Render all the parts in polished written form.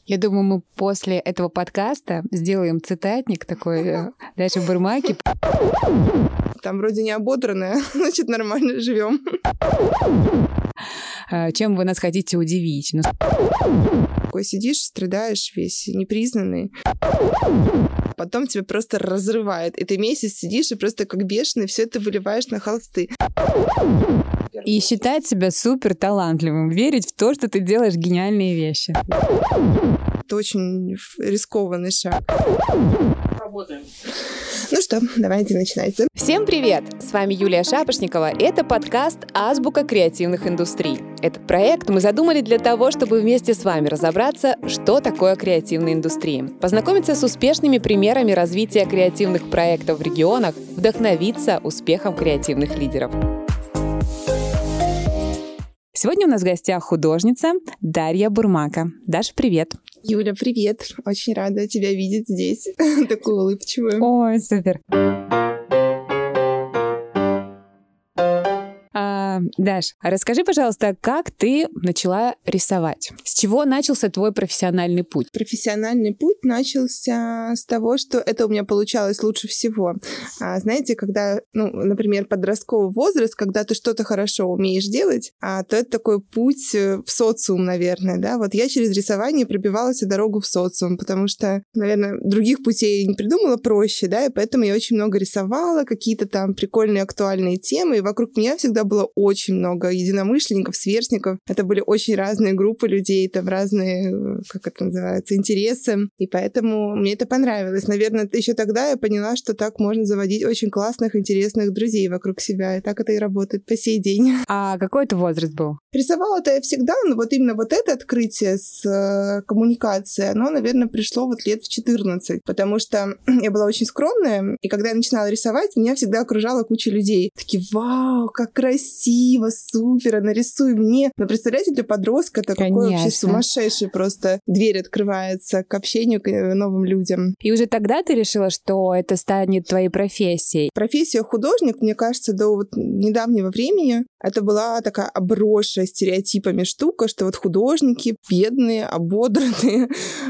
Я думаю, мы после этого подкаста сделаем цитатник такой Даши Бурмаки. Там вроде не ободранная, значит, нормально живем. Чем вы нас хотите удивить? Такой сидишь, страдаешь весь непризнанный. Потом тебя просто разрывает. И ты месяц сидишь и просто как бешеный все это выливаешь на холсты. И считать себя супер талантливым, верить в то, что ты делаешь гениальные вещи. Это очень рискованный шаг. Работаем. Ну что, давайте начинать. Всем привет! С вами Юлия Шапошникова. Это подкаст «Азбука креативных индустрий». Этот проект мы задумали для того, чтобы вместе с вами разобраться, что такое креативные индустрии, познакомиться с успешными примерами развития креативных проектов в регионах, вдохновиться успехом креативных лидеров. Сегодня у нас в гостях художница Дарья Бурмака. Даша, привет! Юля, привет! Очень рада тебя видеть здесь, такую улыбчивую. Ой, супер! Даш, расскажи, пожалуйста, как ты начала рисовать? С чего начался твой профессиональный путь? Профессиональный путь начался с того, что это у меня получалось лучше всего. Знаете, когда, например, подростковый возраст, когда ты что-то хорошо умеешь делать, то это такой путь в социум, наверное, да? Вот я через рисование пробивалась дорогу в социум, потому что, наверное, других путей я не придумала проще, да, и поэтому я очень много рисовала, какие-то там прикольные актуальные темы, и вокруг меня всегда было очень много единомышленников, сверстников. Это были очень разные группы людей, там разные, как это называется, интересы. И поэтому мне это понравилось. Наверное, еще тогда я поняла, что так можно заводить очень классных, интересных друзей вокруг себя. И так это и работает по сей день. А какой это возраст был? Рисовала-то я всегда, но вот именно вот это открытие с коммуникацией, оно, наверное, пришло вот лет в 14. Потому что я была очень скромная, и когда я начинала рисовать, меня всегда окружала куча людей. Такие: вау, как красиво, супер, нарисуй мне. Но представляете, для подростка это какой вообще сумасшедший просто дверь открывается к общению, к новым людям. И уже тогда ты решила, что это станет твоей профессией? Профессия художник, мне кажется, до вот недавнего времени это была такая обросшая стереотипами штука, что вот художники бедные, ободранные,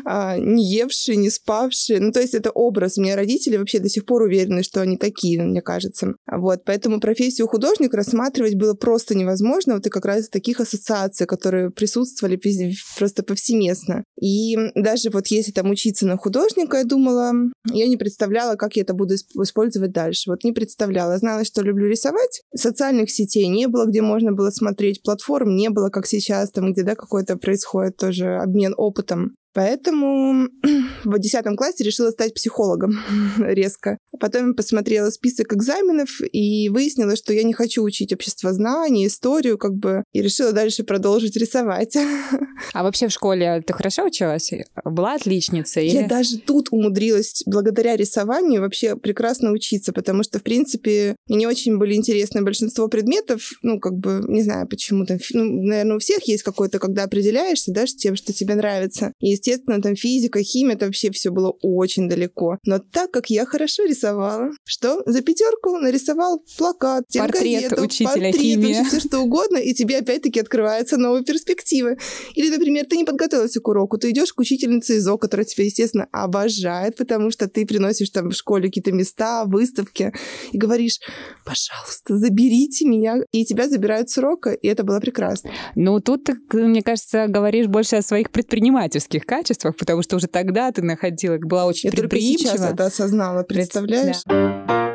не евшие, не спавшие. Ну, то есть это образ. У меня родители вообще до сих пор уверены, что они такие, мне кажется. Вот, поэтому профессию художника рассматривать было просто невозможно. Вот и как раз таких ассоциаций, которые присутствовали просто повсеместно. И даже вот если там учиться на художника, я думала, я не представляла, как я это буду использовать дальше. Вот не представляла. Знала, что люблю рисовать. Социальных сетей не было, где можно было смотреть, платформ не было, как сейчас, там, где, да, какой-то происходит тоже обмен опытом. Поэтому в 10 классе решила стать психологом резко. Потом посмотрела список экзаменов и выяснила, что я не хочу учить обществознание, историю, и решила дальше продолжить рисовать. А вообще в школе ты хорошо училась? Была отличницей? Я даже тут умудрилась благодаря рисованию вообще прекрасно учиться, потому что, в принципе, мне не очень были интересны большинство предметов, не знаю почему-то. Наверное, у всех есть какой-то, когда определяешься, да, с тем, что тебе нравится. И, естественно, там физика, химия, это вообще все было очень далеко. Но так как я хорошо рисовала, что за 5 нарисовал плакат, портрет газету, учителя химии, все что угодно, и тебе опять-таки открываются новые перспективы. Или, например, ты не подготовилась к уроку, ты идешь к учительнице ИЗО, которая тебя, естественно, обожает, потому что ты приносишь там в школе какие-то места, выставки, и говоришь: пожалуйста, заберите меня. И тебя забирают с урока, и это было прекрасно. Ну, тут ты, мне кажется, говоришь больше о своих предпринимательских качествах, потому что уже тогда ты была очень предприимчива. Я только сейчас это осознала, представляешь? Да.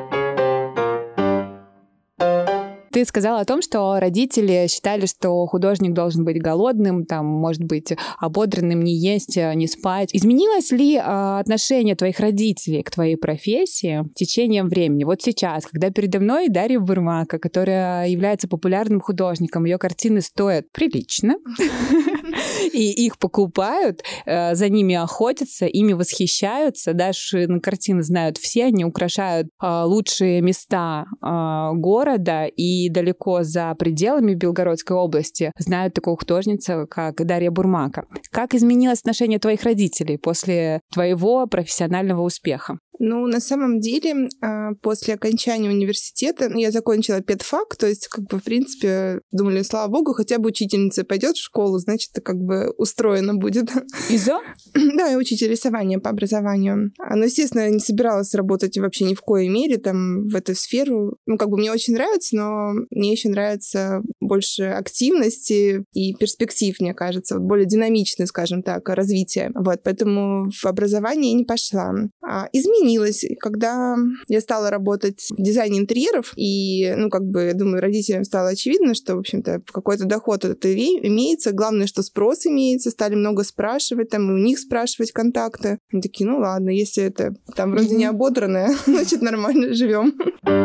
Ты сказала о том, что родители считали, что художник должен быть голодным, там, может быть, ободранным, не есть, не спать. Изменилось ли отношение твоих родителей к твоей профессии с течением времени? Вот сейчас, когда передо мной Дарья Бурмака, которая является популярным художником, ее картины стоят прилично, и их покупают, за ними охотятся, ими восхищаются. Даже на картины знают все, они украшают лучшие места города, и далеко за пределами Белгородской области знают такую художницу, как Дарья Бурмака. Как изменилось отношение твоих родителей после твоего профессионального успеха? Ну, на самом деле, после окончания университета я закончила педфак, то есть, в принципе, думали, слава богу, хотя бы учительница пойдет в школу, значит, устроено будет. ИЗО? Да, я учитель рисования по образованию. Но, естественно, я не собиралась работать вообще ни в коей мере в эту сферу. Мне очень нравится, но мне еще нравится больше активности и перспектив, мне кажется, более динамичное, скажем так, развитие. Поэтому в образование я не пошла. Изменилось, когда я стала работать в дизайне интерьеров, и, я думаю, родителям стало очевидно, что, в общем-то, какой-то доход от этого имеется. Главное, что спрос имеется. Стали много спрашивать, и у них спрашивать контакты. Они такие, ладно, если это там вроде не ободранное, значит, нормально живем.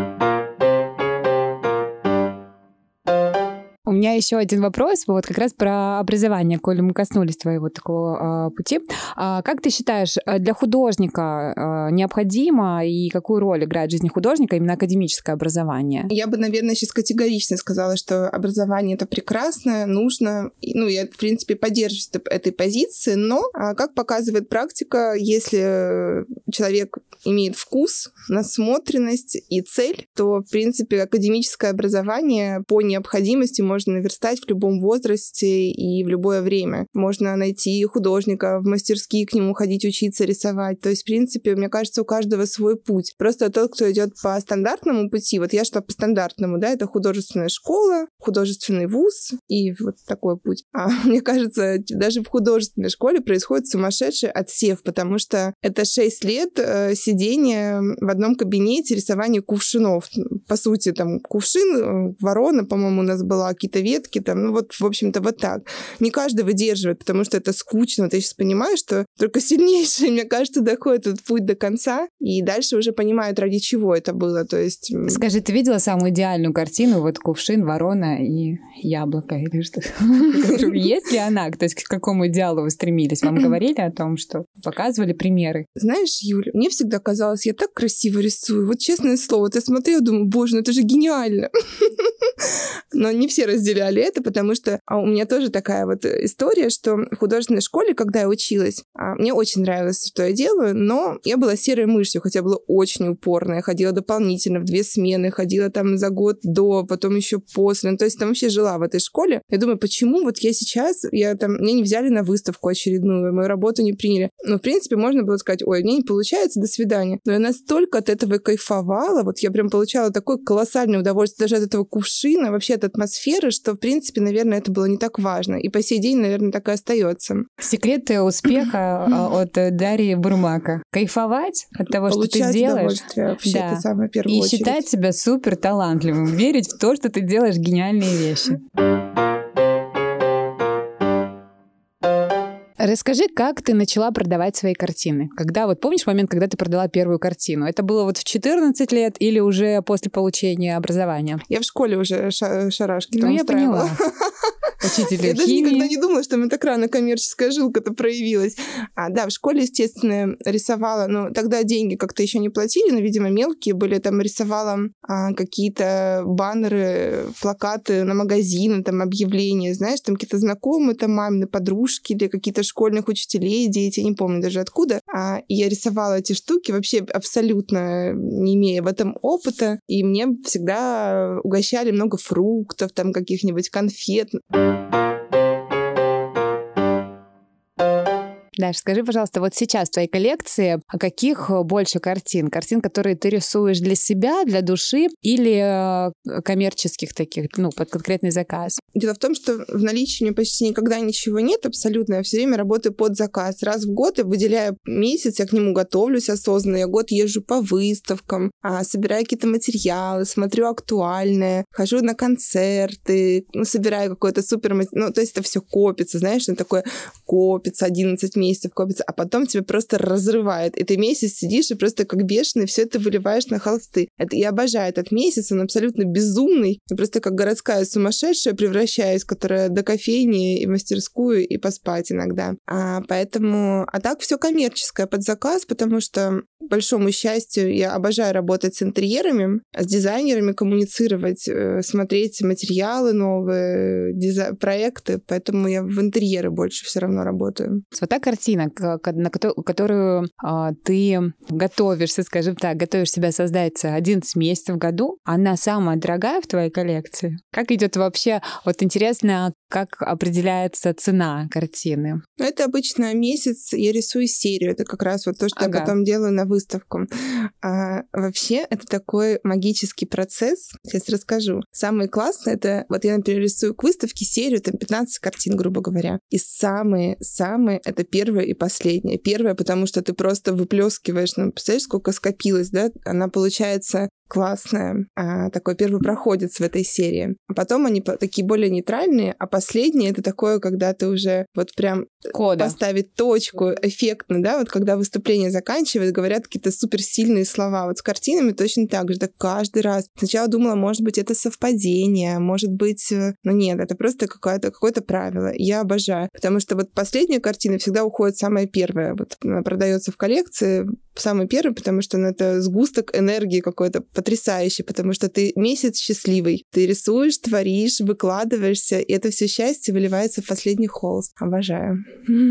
У меня еще один вопрос, как раз про образование, коли мы коснулись твоего такого пути. Как ты считаешь, для художника необходимо и какую роль играет в жизни художника именно академическое образование? Я бы, наверное, сейчас категорично сказала, что образование — это прекрасно, нужно. Я, в принципе, поддерживаюсь этой позиции, но, как показывает практика, если человек имеет вкус, насмотренность и цель, то, в принципе, академическое образование по необходимости можно наверстать в любом возрасте и в любое время. Можно найти художника, в мастерские к нему ходить, учиться рисовать. То есть, в принципе, мне кажется, у каждого свой путь. Просто тот, кто идет по стандартному пути, я шла по стандартному, это художественная школа, художественный вуз и такой путь. Мне кажется, даже в художественной школе происходит сумасшедший отсев, потому что это 6 лет сидения в одном кабинете, рисования кувшинов. По сути, кувшин, ворона, по-моему, у нас была, какие-то ветки, в общем-то, так. Не каждый выдерживает, потому что это скучно. Я сейчас понимаю, что только сильнейшие, мне кажется, доходят этот путь до конца, и дальше уже понимают, ради чего это было. То есть... Скажи, ты видела самую идеальную картину, кувшин, ворона и яблоко, или что? Есть ли она? То есть к какому идеалу вы стремились? Вам говорили о том, что показывали примеры? Знаешь, Юля, мне всегда казалось, я так красиво рисую. Честное слово, ты смотрела, думаю, боже, это же гениально. Но не все разделяли это, потому что у меня тоже такая история, что в художественной школе, когда я училась, мне очень нравилось, что я делаю, но я была серой мышью, хотя была очень упорная. Я ходила дополнительно в 2 смены, ходила за год до, потом еще после. То есть вообще жила в этой школе. Я думаю, почему я сейчас, меня не взяли на выставку очередную, мою работу не приняли. В принципе, можно было сказать, ой, мне не получается, до свидания. Но я настолько от этого кайфовала, я прям получала такое колоссальное удовольствие даже от этого кувшина, вообще от атмосферы, что, в принципе, наверное, это было не так важно. И по сей день, наверное, так и остается. Секреты успеха от Дарьи Бурмака. Кайфовать от того, что ты делаешь. Получать удовольствие вообще, это самое первое. И считать себя супер талантливым. Верить в то, что ты делаешь гениальные вещи. Расскажи, как ты начала продавать свои картины? Когда, помнишь момент, когда ты продала первую картину? Это было в 14 лет или уже после получения образования? Я в школе уже шарашки я устраивала. Поняла. Учитель химии. Я даже никогда не думала, что у меня так рано коммерческая жилка-то проявилась. В школе, естественно, рисовала, но тогда деньги как-то еще не платили, но, видимо, мелкие были. Рисовала какие-то баннеры, плакаты на магазины, объявления, знаешь, какие-то знакомые, мамины подружки или какие-то школьных учителей, дети, я не помню даже откуда. И я рисовала эти штуки, вообще абсолютно не имея в этом опыта. И мне всегда угощали много фруктов, каких-нибудь конфет. Даш, скажи, пожалуйста, сейчас в твоей коллекции каких больше картин? Картин, которые ты рисуешь для себя, для души или коммерческих таких, под конкретный заказ? Дело в том, что в наличии у меня почти никогда ничего нет абсолютно. Я все время работаю под заказ. Раз в год я выделяю месяц, я к нему готовлюсь осознанно. Я год езжу по выставкам, собираю какие-то материалы, смотрю актуальное, хожу на концерты, собираю какой-то супер... то есть это все копится, знаешь, это такое копится 11 месяцев, копится, а потом тебя просто разрывает. И ты месяц сидишь и просто как бешеный все это выливаешь на холсты. Я обожаю этот месяц, он абсолютно безумный. Я просто как городская сумасшедшая превращаюсь, которая до кофейни и в мастерскую и поспать иногда. Поэтому... А так все коммерческое под заказ, потому что, к большому счастью, я обожаю работать с интерьерами, с дизайнерами, коммуницировать, смотреть материалы новые, проекты, поэтому я в интерьеры больше все равно работаю. Вот та картина, картина, которую ты готовишься, скажем так, готовишь себя создать 11 месяцев в году, она самая дорогая в твоей коллекции? Как идет вообще, вот интересно, как определяется цена картины? Это обычно месяц я рисую серию. Это как раз вот то, что я потом делаю на выставку. Вообще, это такой магический процесс. Сейчас расскажу. Самое классное — это вот я, например, рисую к выставке серию, там 15 картин, грубо говоря. И самые — это первое и последнее. Первое, потому что ты просто выплескиваешь, представляешь, сколько скопилось, да? Она получается классная. Такой первый проходец в этой серии. А потом они такие более нейтральные, а последнее — это такое, когда ты уже вот прям поставить точку эффектно, да, вот когда выступление заканчивает, говорят какие-то суперсильные слова. Вот с картинами точно так же, да, каждый раз. Сначала думала, может быть, это совпадение, может быть, но нет, это просто какое-то правило. Я обожаю, потому что вот последняя картина всегда уходит самая первая. Вот она продается в коллекции самый первый, потому что это сгусток энергии какой-то потрясающий, потому что ты месяц счастливый. Ты рисуешь, творишь, выкладываешься, и это все счастье выливается в последний холст. Обожаю.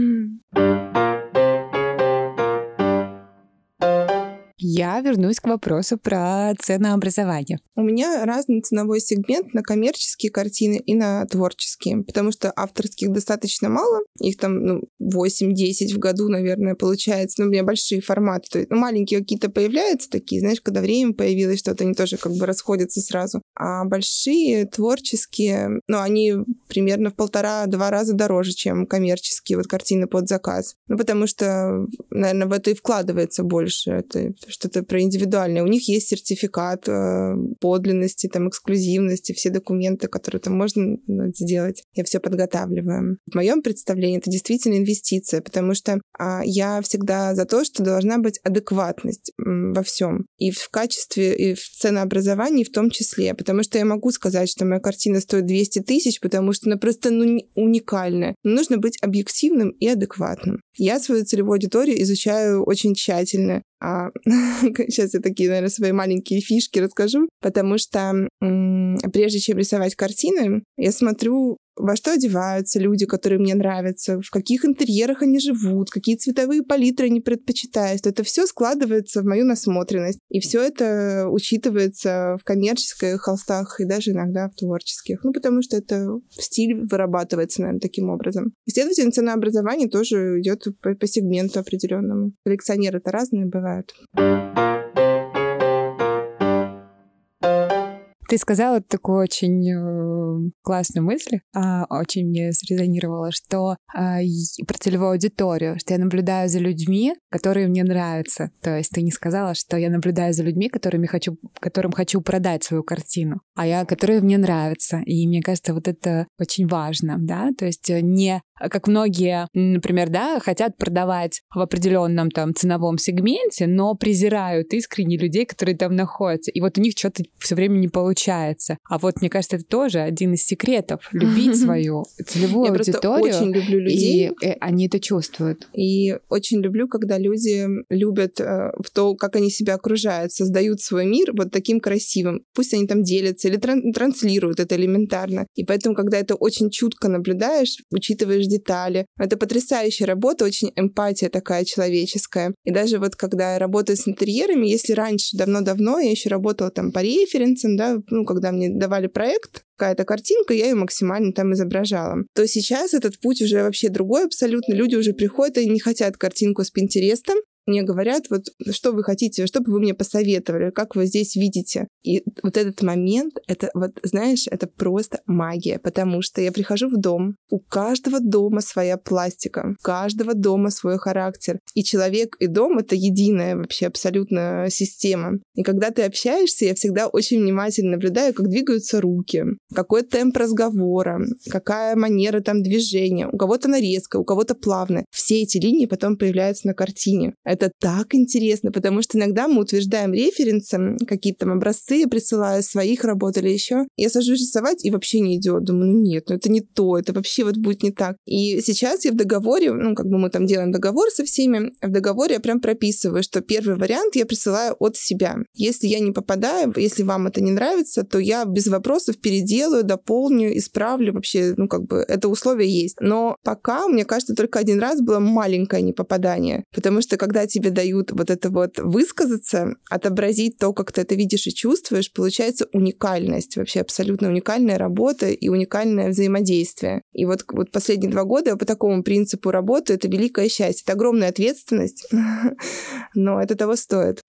Я вернусь к вопросу про ценообразование. У меня разный ценовой сегмент на коммерческие картины и на творческие, потому что авторских достаточно мало, их там 8-10 в году, наверное, получается, у меня большие форматы, то есть, маленькие какие-то появляются такие, знаешь, когда время появилось, что-то они тоже как бы расходятся сразу, а большие творческие, они примерно в 1,5-2 раза дороже, чем коммерческие вот картины под заказ, потому что, наверное, в это и вкладывается больше, это что-то про индивидуальное. У них есть сертификат подлинности, там, эксклюзивности, все документы, которые там можно сделать. Я все подготавливаю. В моем представлении это действительно инвестиция, потому что я всегда за то, что должна быть адекватность во всем. И в качестве, и в ценообразовании в том числе. Потому что я могу сказать, что моя картина стоит 200 тысяч, потому что она просто уникальная. Но нужно быть объективным и адекватным. Я свою целевую аудиторию изучаю очень тщательно. Сейчас я такие, наверное, свои маленькие фишки расскажу, потому что прежде чем рисовать картины, я смотрю, во что одеваются люди, которые мне нравятся, в каких интерьерах они живут, какие цветовые палитры они предпочитают. Это все складывается в мою насмотренность. И все это учитывается в коммерческих холстах и даже иногда в творческих. Потому что это стиль вырабатывается, наверное, таким образом. И, следовательно, ценообразование тоже идет по сегменту определенному. Коллекционеры-то разные бывают. Ты сказала такую очень классную мысль, очень мне срезонировала, что про целевую аудиторию, что я наблюдаю за людьми, которые мне нравятся. То есть ты не сказала, что я наблюдаю за людьми, которым хочу продать свою картину, которые мне нравятся. И мне кажется, вот это очень важно, да, то есть не как многие, например, да, хотят продавать в определенном там ценовом сегменте, но презирают искренне людей, которые там находятся. И вот у них что-то все время не получается. А вот, мне кажется, это тоже один из секретов — любить свою целевую аудиторию. Я очень люблю людей. И они это чувствуют. И очень люблю, когда люди любят в то, как они себя окружают, создают свой мир вот таким красивым. Пусть они там делятся или транслируют это элементарно. И поэтому, когда это очень чутко наблюдаешь, учитываешь детали. Это потрясающая работа, очень эмпатия такая человеческая. И даже вот когда я работаю с интерьерами, если раньше, давно-давно, я еще работала там по референсам, да, когда мне давали проект, какая-то картинка, я ее максимально там изображала. То сейчас этот путь уже вообще другой абсолютно. Люди уже приходят и не хотят картинку с Пинтереста. Мне говорят, вот что вы хотите, что бы вы мне посоветовали, как вы здесь видите. И вот этот момент, это вот, знаешь, это просто магия, потому что я прихожу в дом, у каждого дома своя пластика, у каждого дома свой характер. И человек, и дом — это единая вообще абсолютно система. И когда ты общаешься, я всегда очень внимательно наблюдаю, как двигаются руки, какой темп разговора, какая манера там движения. У кого-то она резкая, у кого-то плавная. Все эти линии потом появляются на картине. Это так интересно, потому что иногда мы утверждаем референсом, какие-то там образцы присылаю своих работ или еще. Я сажусь рисовать, и вообще не идет. Думаю, нет, это не то, это вообще вот будет не так. И сейчас я в договоре, мы там делаем договор со всеми, в договоре я прям прописываю, что первый вариант я присылаю от себя. Если я не попадаю, если вам это не нравится, то я без вопросов переделаю, дополню, исправлю. Вообще, это условие есть. Но пока, мне кажется, только один раз было маленькое непопадание. Потому что когда тебе дают вот это вот высказаться, отобразить то, как ты это видишь и чувствуешь, получается уникальность. Вообще абсолютно уникальная работа и уникальное взаимодействие. И вот последние 2 года я по такому принципу работаю. Это великое счастье. Это огромная ответственность, но это того стоит.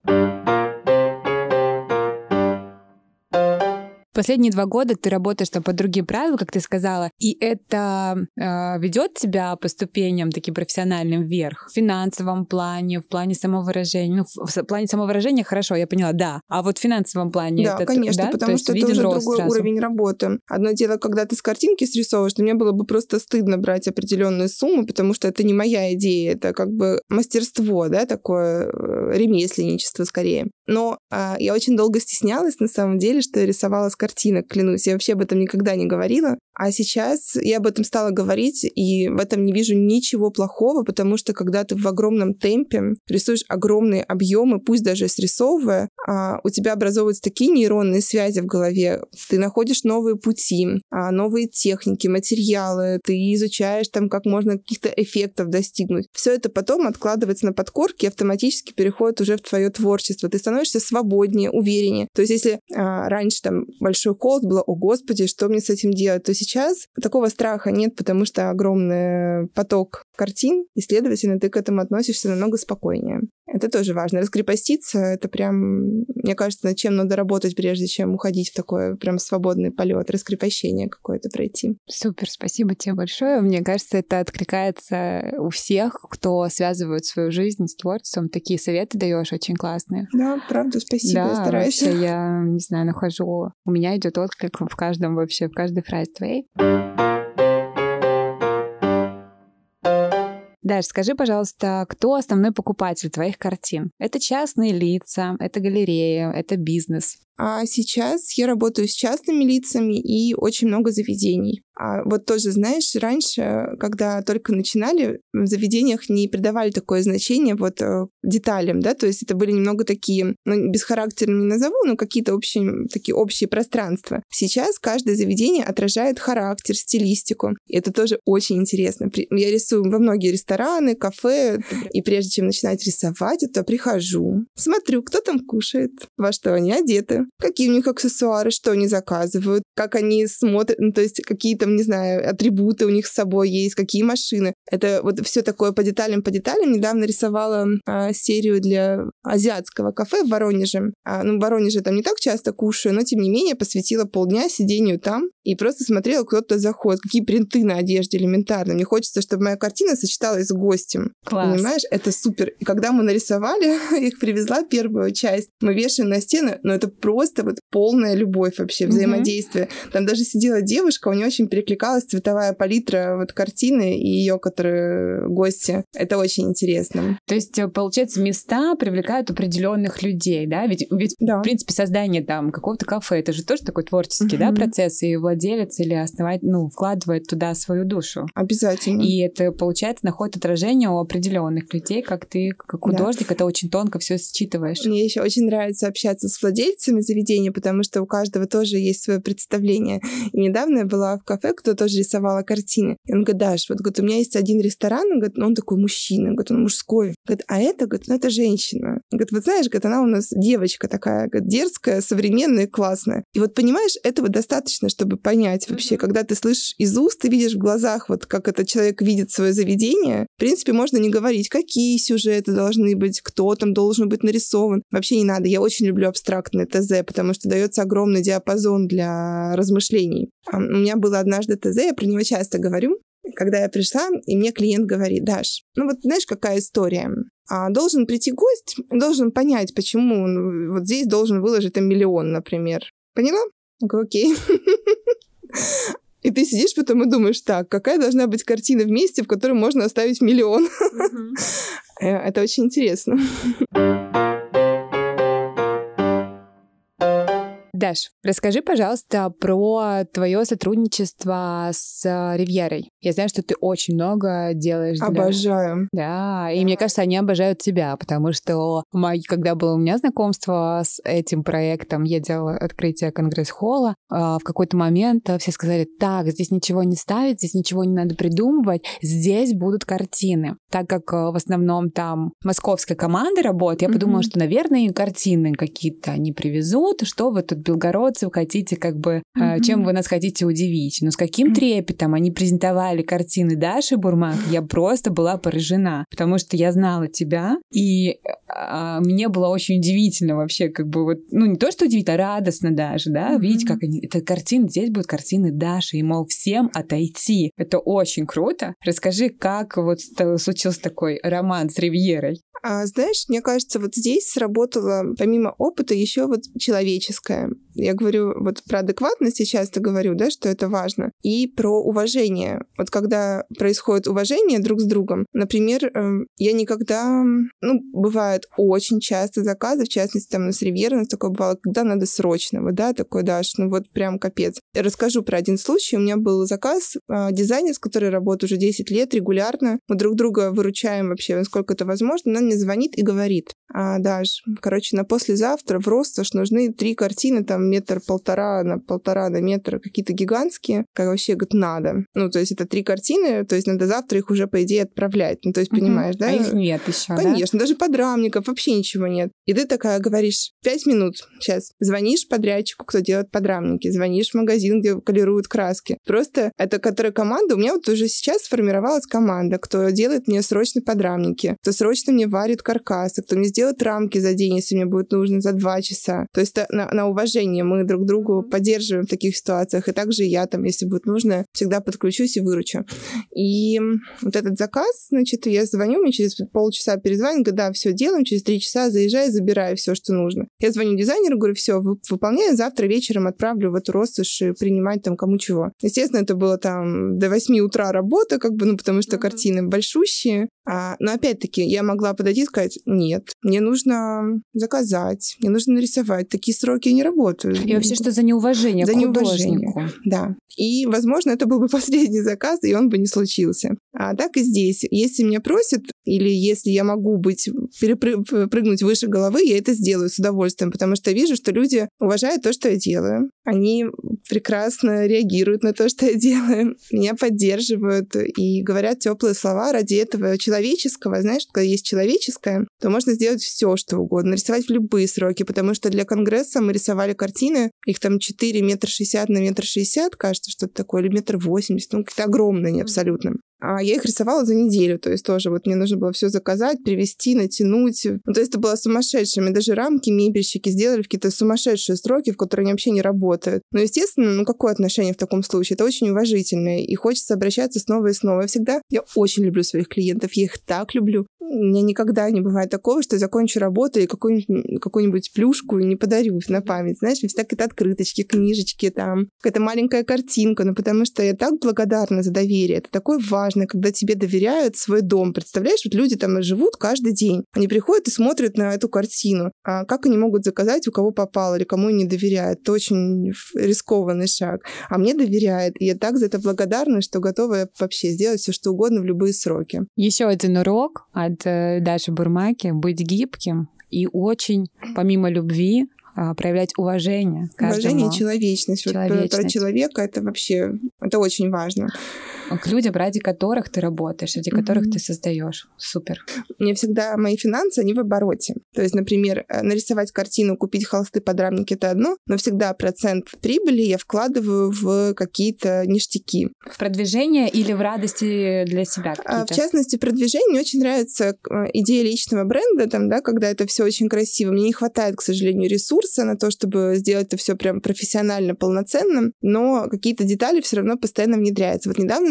Последние 2 года ты работаешь там по другим правилам, как ты сказала, и это ведет тебя по ступеням таким профессиональным вверх. В финансовом плане, в плане самовыражения. В плане самовыражения хорошо, я поняла, да. А вот в финансовом плане да, конечно, потому что это уже другой сразу. Уровень работы. Одно дело, когда ты с картинки срисовываешь, то мне было бы просто стыдно брать определенную сумму, потому что это не моя идея, это мастерство, да, такое ремесленничество скорее. Но я очень долго стеснялась, на самом деле, что я рисовала с картинок, клянусь. Я вообще об этом никогда не говорила. А сейчас я об этом стала говорить, и в этом не вижу ничего плохого, потому что когда ты в огромном темпе рисуешь огромные объемы, пусть даже срисовывая, у тебя образовываются такие нейронные связи в голове, ты находишь новые пути, новые техники, материалы, ты изучаешь как можно каких-то эффектов достигнуть. Все это потом откладывается на подкорке и автоматически переходит уже в твое творчество. Ты становишься свободнее, увереннее. То есть если раньше большой холод было, о господи, что мне с этим делать, то сейчас такого страха нет, потому что огромный поток картин, и, следовательно, ты к этому относишься намного спокойнее. Это тоже важно. Раскрепоститься — это прям, мне кажется, над чем надо работать, прежде чем уходить в такой прям свободный полет, раскрепощение какое-то пройти. Супер, спасибо тебе большое. Мне кажется, это откликается у всех, кто связывает свою жизнь с творчеством. Такие советы даешь очень классные. Да, правда, спасибо, да, я стараюсь. Вообще, я не знаю, нахожу. У меня идет отклик в каждом вообще, в каждой фразе твоей. Даш, скажи, пожалуйста, кто основной покупатель твоих картин? Это частные лица, это галерея, это бизнес? А сейчас я работаю с частными лицами и очень много заведений. А вот тоже, знаешь, раньше, когда только начинали, в заведениях не придавали такое значение деталям, да, то есть это были немного такие, бесхарактерные не назову, но какие-то такие общие пространства. Сейчас каждое заведение отражает характер, стилистику. И это тоже очень интересно. Я рисую во многие рестораны, кафе, и прежде чем начинать рисовать, то прихожу, смотрю, кто там кушает, во что они одеты, какие у них аксессуары, что они заказывают, как они смотрят, то есть какие-то, не знаю, атрибуты у них с собой есть, какие машины. Это все такое по деталям. Недавно рисовала серию для азиатского кафе в Воронеже. В Воронеже там не так часто кушаю, но тем не менее посвятила полдня сидению там и просто смотрела, кто-то заходит, какие принты на одежде элементарно. Мне хочется, чтобы моя картина сочеталась с гостем. Класс. Понимаешь? Это супер. И когда мы нарисовали, их привезла первую часть, мы вешаем на стены, но это просто полная любовь вообще, взаимодействие. Там даже сидела девушка, у нее очень перекликалась цветовая палитра картины и ее, которые гости. Это очень интересно. То есть, получается, места привлекают определенных людей, да? Ведь да. В принципе, создание какого-то кафе, это же тоже такой творческий, да, процесс, и владелец или основатель, вкладывает туда свою душу. Обязательно. И это, получается, находит отражение у определенных людей, как ты, как художник, да. Это очень тонко все считываешь. Мне еще очень нравится общаться с владельцами заведения, потому что у каждого тоже есть свое представление. И недавно я была в кафе, кто тоже рисовала картины. И он говорит, Даш, у меня есть один ресторан, он такой мужчина, он мужской. А это женщина. Знаешь, она у нас девочка такая, дерзкая, современная, классная. И понимаешь, этого достаточно, чтобы понять вообще, когда ты слышишь из уст, ты видишь в глазах, как этот человек видит свое заведение. В принципе, можно не говорить, какие сюжеты должны быть, кто там должен быть нарисован. Вообще не надо. Я очень люблю абстрактное ТЗ, потому что дается огромный диапазон для размышлений. У меня было однажды ТЗ, я про него часто говорю, когда я пришла, и мне клиент говорит, Даш, знаешь, какая история? Должен прийти гость, должен понять, почему он здесь должен выложить 1 миллион, например. Поняла? Я говорю, окей. И ты сидишь потом и думаешь, так, какая должна быть картина вместе, в которой можно оставить 1 миллион? Это очень интересно. Даш, расскажи, пожалуйста, про твое сотрудничество с Ривьерой. Я знаю, что ты очень много делаешь для... Обожаю. Да, и мне кажется, они обожают тебя, потому что когда было у меня знакомство с этим проектом, я делала открытие конгресс-холла, в какой-то момент все сказали: так, здесь ничего не ставить, здесь ничего не надо придумывать, здесь будут картины. Так как в основном там московская команда работает, я подумала, что, наверное, и картины какие-то они привезут, что вы тут, белгородцы, хотите чем вы нас хотите удивить. Но с каким трепетом они презентовали картины Даши Бурмак, я просто была поражена, потому что я знала тебя, и мне было очень удивительно вообще, не то, что удивительно, а радостно даже, да, видеть, как это картины, здесь будут картины Даши, и, мол, всем отойти. Это очень круто. Расскажи, как случился такой роман с Ривьерой? Знаешь, мне кажется, здесь сработало, помимо опыта, еще человеческое. Я говорю про адекватность, я часто говорю, да, что это важно. И про уважение. Когда происходит уважение друг с другом, например, я никогда... бывает очень часто заказы, в частности, там с Ривьерой у нас такое бывало, когда надо срочного, да, такой, Даш, прям капец. Я расскажу про один случай. У меня был заказ, дизайнер, с которой работаю уже 10 лет регулярно. Мы друг друга выручаем вообще, насколько это возможно. Она мне звонит и говорит: Даш, на послезавтра в Россошь нужны 3 картины, там 1,5 на 1,5 метра, какие-то гигантские. Вообще, говорит, надо. То есть это 3 картины, то есть надо завтра их уже, по идее, отправлять. То есть, понимаешь, да? А их нет еще, Конечно, да? даже подрамников, вообще ничего нет. И ты такая говоришь: 5 минут сейчас. Звонишь подрядчику, кто делает подрамники, звонишь в магазин, где колируют краски. Просто это которая команда, у меня уже сейчас сформировалась команда, кто делает мне срочно подрамники, кто срочно мне варит каркасы, кто мне сделает рамки за день, если мне будет нужно, за 2 часа. То есть на уважение мы друг другу поддерживаем в таких ситуациях. И также я там, если будет нужно, всегда подключусь и выручу. И этот заказ, я звоню, мне через полчаса перезвонят, говорю: да, все делаем, через 3 часа заезжаю, забираю все, что нужно. Я звоню дизайнеру, говорю: все, выполняю, завтра вечером отправлю в эту Россошь и принимать там кому чего. Естественно, это было там до 8 утра работа, потому что картины большущие. Но опять-таки я могла подойти и сказать: нет, мне нужно заказать, мне нужно нарисовать. Такие сроки я не работаю. И вообще, что за неуважение к художнику. Да. И, возможно, это был бы последний заказ, и он бы не случился. А так и здесь. Если меня просят, или если я могу прыгнуть выше головы, я это сделаю с удовольствием, потому что я вижу, что люди уважают то, что я делаю. Они прекрасно реагируют на то, что я делаю, меня поддерживают и говорят теплые слова ради этого человеческого. Знаешь, когда есть человеческое, то можно сделать все, что угодно, нарисовать в любые сроки, потому что для конгресса мы рисовали картины, их там 4 метра 60 на 1,60 м, кажется, что-то такое, или 1,80 м, какие-то огромные абсолютно. А я их рисовала за неделю, то есть тоже мне нужно было все заказать, привезти, натянуть. То есть это было сумасшедшее. Мы даже рамки мебельщики сделали в какие-то сумасшедшие сроки, в которые они вообще не работают. Но, естественно, какое отношение в таком случае? Это очень уважительное, и хочется обращаться снова и снова. Я очень люблю своих клиентов, я их так люблю. У меня никогда не бывает такого, что я закончу работу и какую-нибудь плюшку не подарю на память. Знаешь, всегда какие-то открыточки, книжечки, там, какая-то маленькая картинка, потому что я так благодарна за доверие. Это такое важное, когда тебе доверяют свой дом. Представляешь, люди там живут каждый день. Они приходят и смотрят на эту картину. А как они могут заказать, у кого попало или кому не доверяют? Это очень рискованный шаг. А мне доверяют. И я так за это благодарна, что готова вообще сделать все, что угодно в любые сроки. Еще один урок от Даши Бурмаки — быть гибким и очень, помимо любви, проявлять уважение каждому. Уважение и человечность. Про человека это вообще, это очень важно. К людям, ради которых ты работаешь, ради которых ты создаешь. Супер. У меня всегда мои финансы, они в обороте. То есть, например, нарисовать картину, купить холсты, подрамники — это одно, но всегда процент прибыли я вкладываю в какие-то ништяки. В продвижение или в радости для себя какие-то? В частности, продвижение. Мне очень нравится идея личного бренда, когда это все очень красиво. Мне не хватает, к сожалению, ресурса на то, чтобы сделать это все прям профессионально, полноценным, но какие-то детали все равно постоянно внедряются. Недавно,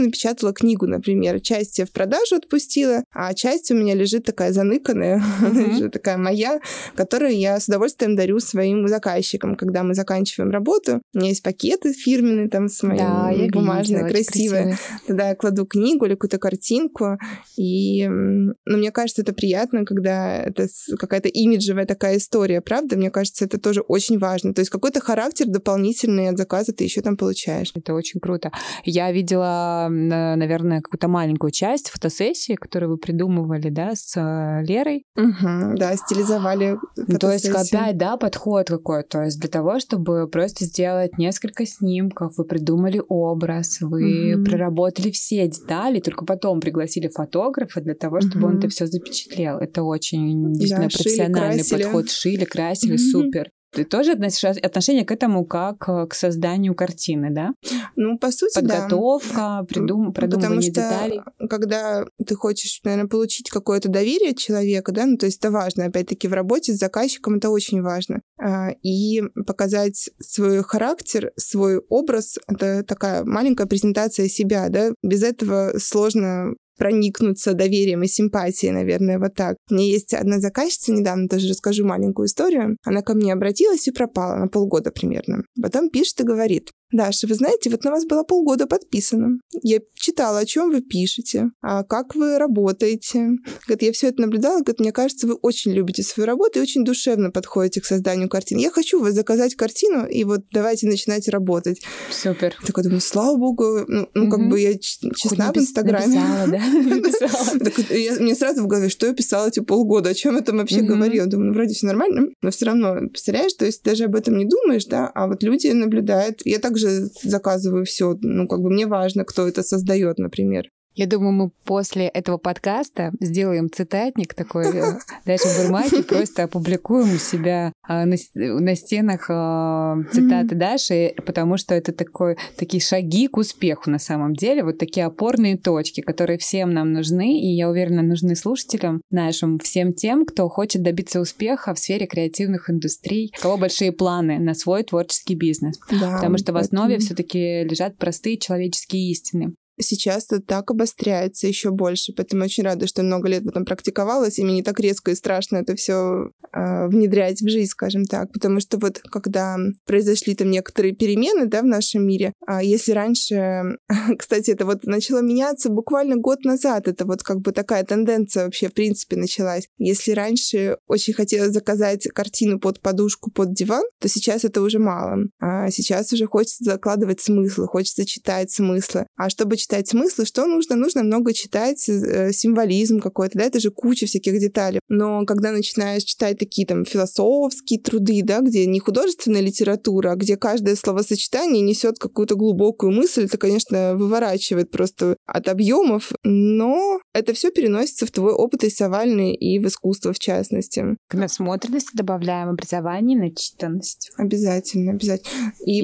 напечатала книгу, например. Часть я в продажу отпустила, а часть у меня лежит такая заныканная, такая моя, которую я с удовольствием дарю своим заказчикам, когда мы заканчиваем работу. У меня есть пакеты фирменные там с моей бумажной, красивые. Тогда я кладу книгу или какую-то картинку. И мне кажется, это приятно, когда это какая-то имиджевая такая история, правда? Мне кажется, это тоже очень важно. То есть какой-то характер дополнительный от заказа ты еще там получаешь. Это очень круто. Я видела, наверное, какую-то маленькую часть фотосессии, которую вы придумывали, да, с Лерой. Да, стилизовали фотосессию. То есть опять, да, подход какой-то. То есть для того, чтобы просто сделать несколько снимков, вы придумали образ, вы проработали все детали, только потом пригласили фотографа для того, чтобы он это все запечатлел. Это очень действительно профессиональный подход. Шили, красили, супер. Ты тоже относишь отношение к этому как к созданию картины, да? Ну, по сути, подготовка, продумывание деталей. Когда ты хочешь, наверное, получить какое-то доверие человека, да, ну, то есть это важно, опять-таки, в работе с заказчиком это очень важно. И показать свой характер, свой образ, это такая маленькая презентация себя, да, без этого сложно проникнуться доверием и симпатией, наверное, вот так. У меня есть одна заказчица, недавно тоже расскажу маленькую историю. Она ко мне обратилась и пропала на полгода примерно. Потом пишет и говорит: Даша, вы знаете, вот на вас было полгода подписано. Я читала, о чем вы пишете, как вы работаете. Говорит, я все это наблюдала. Говорит, мне кажется, вы очень любите свою работу и очень душевно подходите к созданию картин. Я хочу у вас заказать картину, и вот давайте начинать работать. Супер. Так я думаю, слава богу, как бы я честна в Инстаграме. Написала, да? Мне сразу в голове, что я писала эти полгода, о чем я там вообще говорила. Думаю, вроде все нормально, но все равно, представляешь, то есть даже об этом не думаешь, да, а вот люди наблюдают. Я также заказываю все, мне важно, кто это создает, например. Я думаю, мы после этого подкаста сделаем цитатник такой, дальше в Бурмаке просто опубликуем у себя на стенах цитаты Даши, потому что это такие шаги к успеху на самом деле, вот такие опорные точки, которые всем нам нужны, и я уверена, нужны слушателям нашим, всем тем, кто хочет добиться успеха в сфере креативных индустрий, у кого большие планы на свой творческий бизнес, потому что в основе все-таки лежат простые человеческие истины. Сейчас это так обостряется еще больше, поэтому очень рада, что много лет в этом практиковалась, и мне не так резко и страшно это все внедрять в жизнь, скажем так, потому что вот когда произошли там некоторые перемены, да, в нашем мире, если раньше, кстати, это вот начало меняться буквально год назад, это вот как бы такая тенденция вообще в принципе началась. Если раньше очень хотелось заказать картину под подушку, под диван, то сейчас это уже мало. А сейчас уже хочется закладывать смыслы, хочется читать смыслы. А чтобы читать смыслы, что нужно? Нужно много читать символизм какой-то, да, это же куча всяких деталей. Но когда начинаешь читать такие там философские труды, да, где не художественная литература, а где каждое словосочетание несет какую-то глубокую мысль, это, конечно, выворачивает просто от объемов, но это все переносится в твой опыт рисовальный и в искусство, в частности. К насмотренности добавляем образование, начитанность. Обязательно. И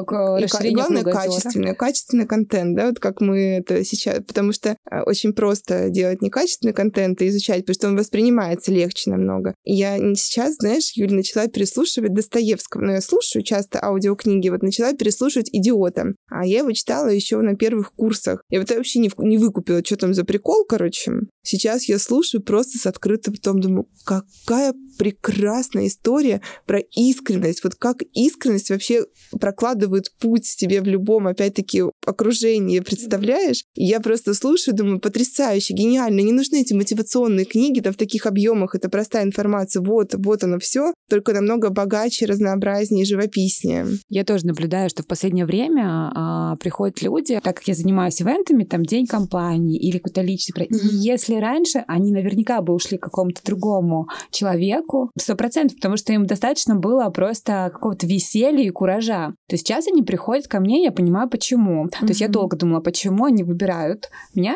главное, качественный контент, да, вот как мы это сейчас, потому что очень просто делать некачественный контент и изучать, потому что он воспринимается легче намного. И я сейчас, знаешь, Юля, начала переслушивать Достоевского, но я слушаю часто аудиокниги, вот начала переслушивать «Идиота», а я его читала еще на первых курсах. Я вот вообще не выкупила, что там за прикол, короче. Сейчас я слушаю просто с открытым ртом, думаю, какая прекрасная история про искренность. Вот как искренность вообще прокладывает путь тебе в любом, опять-таки, окружении, представляешь? И я просто слушаю, думаю, потрясающе, гениально. Не нужны эти мотивационные книги, да, в таких объемах. Это простая информация. Вот оно все, только намного богаче, разнообразнее, живописнее. Я тоже наблюдаю, что в последнее время приходят люди, так как я занимаюсь ивентами, там, день компании или какой-то личный проект. И если раньше они наверняка бы ушли к какому-то другому человеку, 100%, потому что им достаточно было просто какого-то веселья и куража. То есть сейчас они приходят ко мне, я понимаю, почему. То есть я долго думала, почему они выбирают меня,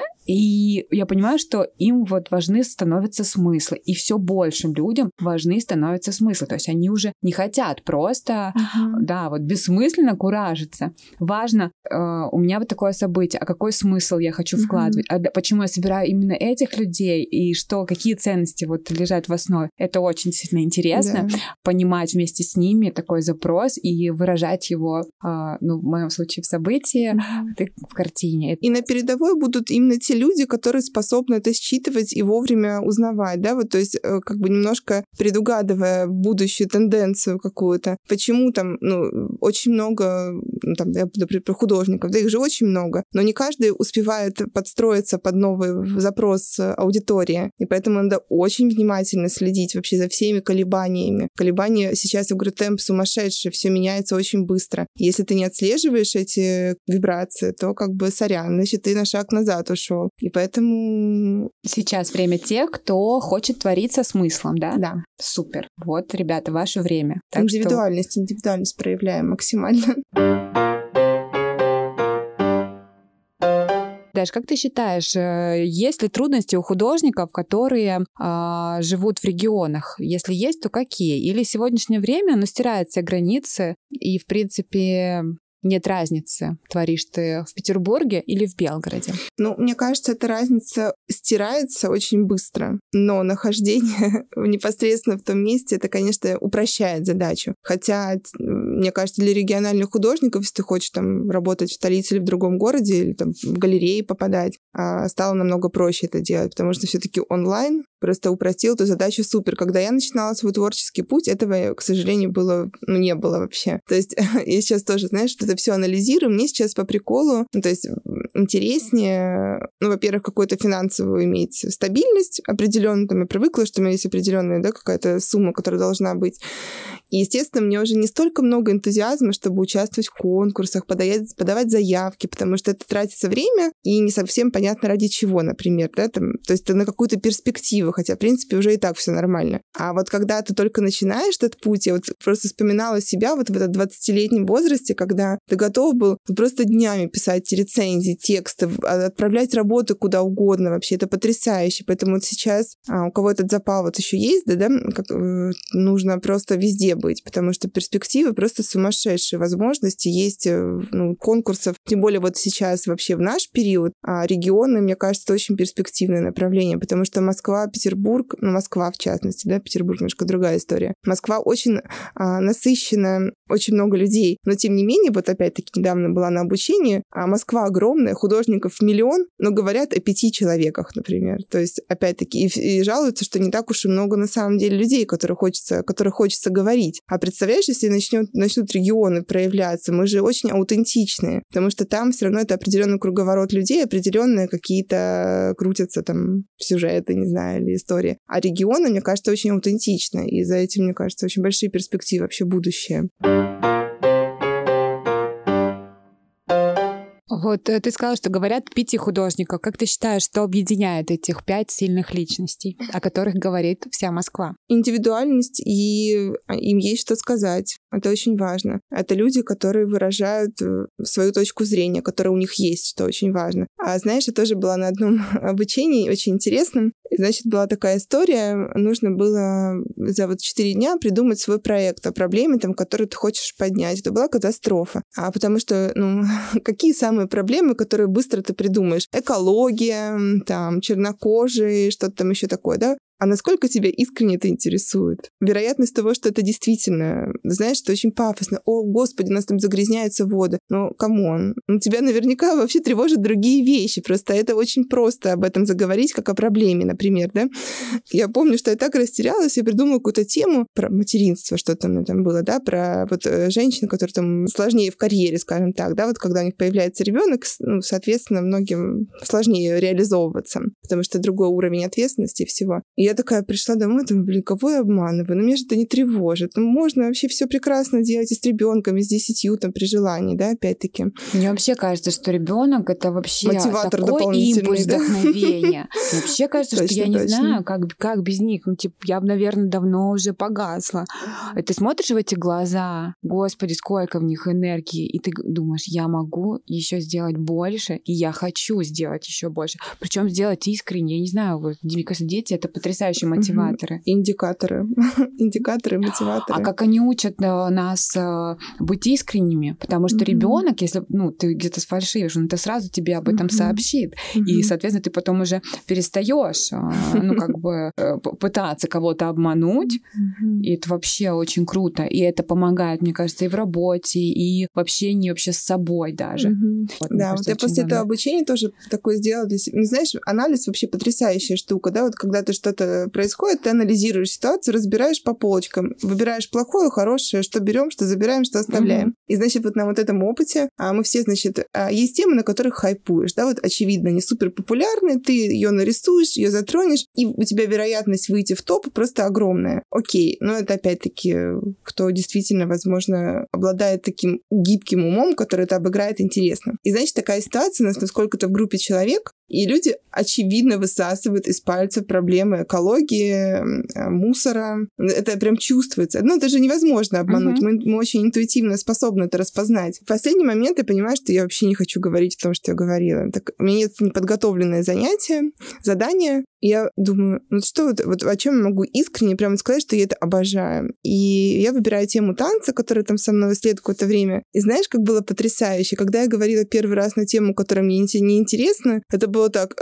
и я понимаю, что им вот важны становятся смыслы. И все большим людям важны становятся смыслы. То есть они уже не хотят просто, да, вот бессмысленно куражиться. Важно, у меня вот такое событие, а какой смысл я хочу вкладывать? А почему я собираю именно этих этих людей и какие ценности вот лежат в основе. Это очень сильно интересно, понимать вместе с ними такой запрос и выражать его, в моем случае, в событии, в картине. И на передовой будут именно те люди, которые способны это считывать и вовремя узнавать, да, вот, то есть как бы немножко предугадывая будущую тенденцию какую-то. Почему там, очень много, там, например, про художников, да, их же очень много, но не каждый успевает подстроиться под новый запрос аудитории, и поэтому надо очень внимательно следить вообще за всеми колебаниями. Колебания сейчас, я говорю, темп сумасшедший, все меняется очень быстро. Если ты не отслеживаешь эти вибрации, то как бы сорян, значит, ты на шаг назад ушел. И поэтому... Сейчас время тех, кто хочет творить со смыслом, да? Да. Супер. Вот, ребята, ваше время. Индивидуальность проявляем максимально. Даш, как ты считаешь, есть ли трудности у художников, которые живут в регионах? Если есть, то какие? Или в сегодняшнее время стирает все границы и, в принципе, нет разницы, творишь ты в Петербурге или в Белгороде? Мне кажется, эта разница стирается очень быстро, но нахождение непосредственно в том месте, это, конечно, упрощает задачу. Хотя, мне кажется, для региональных художников, если ты хочешь там работать в столице или в другом городе, или там в галереи попадать, стало намного проще это делать, потому что все-таки онлайн просто упростил эту задачу супер. Когда я начинала свой творческий путь, этого, к сожалению, не было вообще. То есть я сейчас тоже, знаешь, это все анализирую. Мне сейчас по приколу, то есть интереснее, во-первых, какую-то финансовую иметь стабильность определенную. Там я привыкла, что у меня есть определенная, да, какая-то сумма, которая должна быть. И, естественно, мне уже не столько много энтузиазма, чтобы участвовать в конкурсах, подавать заявки, потому что это тратится время, и не совсем понятно, ради чего, например, да, там, то есть на какую-то перспективу, хотя, в принципе, уже и так все нормально. А вот когда ты только начинаешь этот путь, я вот просто вспоминала себя вот в этом 20-летнем возрасте, когда ты готов был просто днями писать рецензии, тексты, отправлять работы куда угодно вообще, это потрясающе. Поэтому вот сейчас у кого этот запал вот еще есть, нужно просто везде быть, потому что перспективы просто сумасшедшие, возможности есть, конкурсов, тем более вот сейчас вообще в наш период, а регионы, мне кажется, это очень перспективное направление, потому что Москва, Петербург, Москва в частности, да, Петербург немножко другая история. Москва очень насыщена, очень много людей, но тем не менее, вот опять-таки недавно была на обучении, а Москва огромная, художников 1 миллион, но говорят о 5 человеках, например. То есть, опять-таки, и жалуются, что не так уж и много на самом деле людей, которых хочется говорить. А представляешь, если начнут регионы проявляться, мы же очень аутентичные, потому что там все равно это определенный круговорот людей, определенные какие-то крутятся там сюжеты, не знаю, или истории. А регионы, мне кажется, очень аутентичны, и за этим, мне кажется, очень большие перспективы, вообще будущее. Вот ты сказала, что говорят 5 художников. Как ты считаешь, что объединяет этих 5 сильных личностей, о которых говорит вся Москва? Индивидуальность, и им есть что сказать. Это очень важно. Это люди, которые выражают свою точку зрения, которая у них есть, что очень важно. А знаешь, я тоже была на одном обучении очень интересном. И, значит, была такая история. Нужно было за 4 дня придумать свой проект о проблеме, которую ты хочешь поднять. Это была катастрофа. Потому что, какие самые проблемы, которые быстро ты придумаешь? Экология, чернокожие, что-то там еще такое, да? А насколько тебя искренне это интересует? Вероятность того, что это действительно, знаешь, это очень пафосно. О, Господи, у нас там загрязняются воды. Но, камон, тебя наверняка вообще тревожат другие вещи. Просто это очень просто об этом заговорить, как о проблеме, например, да? Я помню, что я так растерялась, я придумала какую-то тему про материнство, что-то у меня там было, да, про женщин, которые там сложнее в карьере, скажем так, да, когда у них появляется ребенок, соответственно, многим сложнее реализовываться, потому что другой уровень ответственности и всего. И я такая пришла домой, думаю, кого я обманываю? Меня же это не тревожит. Можно вообще все прекрасно делать и с ребенком, и с 10 при желании, да, опять-таки. Мне вообще кажется, что ребенок это вообще мотиватор такой импульс да? вдохновения. Мне вообще кажется, что я не точно. знаю, как без них. Я бы, наверное, давно уже погасла. И ты смотришь в эти глаза, Господи, сколько в них энергии, и ты думаешь, я могу еще сделать больше, и я хочу сделать еще больше. Причем сделать искренне. Я не знаю, мне кажется, дети — это потрясающе. потрясающие мотиваторы. Индикаторы. Индикаторы, мотиваторы. А как они учат нас быть искренними? Потому что ребенок, если ты где-то сфальшивишь, он сразу тебе об этом сообщит. И, соответственно, ты потом уже перестаешь пытаться кого-то обмануть. И это вообще очень круто. И это помогает, мне кажется, и в работе, и в общении вообще с собой даже. Да, вот я после этого обучения тоже такое сделала для себя. Знаешь, анализ вообще потрясающая штука, да, вот когда что-то происходит, ты анализируешь ситуацию, разбираешь по полочкам, выбираешь плохое, хорошее, что берем, что забираем, что оставляем. И, значит, вот на вот этом опыте мы все, значит, есть темы, на которых хайпуешь, да, вот очевидно, они супер популярны, ты ее нарисуешь, ее затронешь, и у тебя вероятность выйти в топ просто огромная. Окей, но это опять-таки, кто действительно, возможно, обладает таким гибким умом, который это обыграет интересно. И, значит, такая ситуация, у нас насколько-то в группе человек, и люди, очевидно, высасывают из пальцев проблемы экологии, мусора. Это прям чувствуется. Это же невозможно обмануть. Мы очень интуитивно способны это распознать. В последний момент я понимаю, что я вообще не хочу говорить о том, что я говорила. Так, у меня нет неподготовленное задание. И я думаю, вот о чем я могу искренне прямо сказать, что я это обожаю. И я выбираю тему танца, которая там со мной следует какое-то время. И знаешь, как было потрясающе? Когда я говорила первый раз на тему, которая мне не интересна, это было так,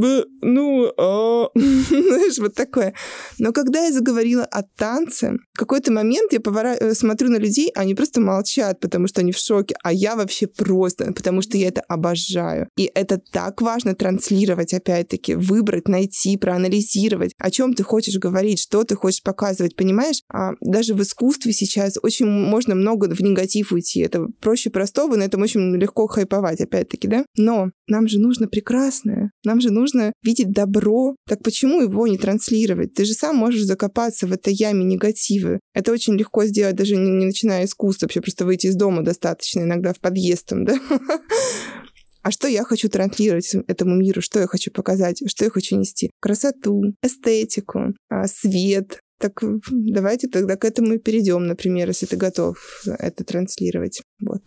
знаешь, вот такое. Но когда я заговорила о танце, в какой-то момент я смотрю на людей, они просто молчат, потому что они в шоке, а я вообще просто, потому что я это обожаю. И это так важно транслировать, опять-таки, выбрать, найти, проанализировать, о чем ты хочешь говорить, что ты хочешь показывать, понимаешь? Даже в искусстве сейчас очень можно много в негатив уйти. Это проще простого, на этом очень легко хайповать, опять-таки, да? Но нам же нужно прекрасное, нам же нужно видеть добро. Так почему его не транслировать? Ты же сам можешь закопаться в этой яме негатива. Это очень легко сделать, даже не начиная искусство, вообще просто выйти из дома достаточно, иногда в подъезд там, да? А что я хочу транслировать этому миру? Что я хочу показать? Что я хочу нести? Красоту, эстетику, свет. Так давайте тогда к этому и перейдем, например, если ты готов это транслировать. Вот.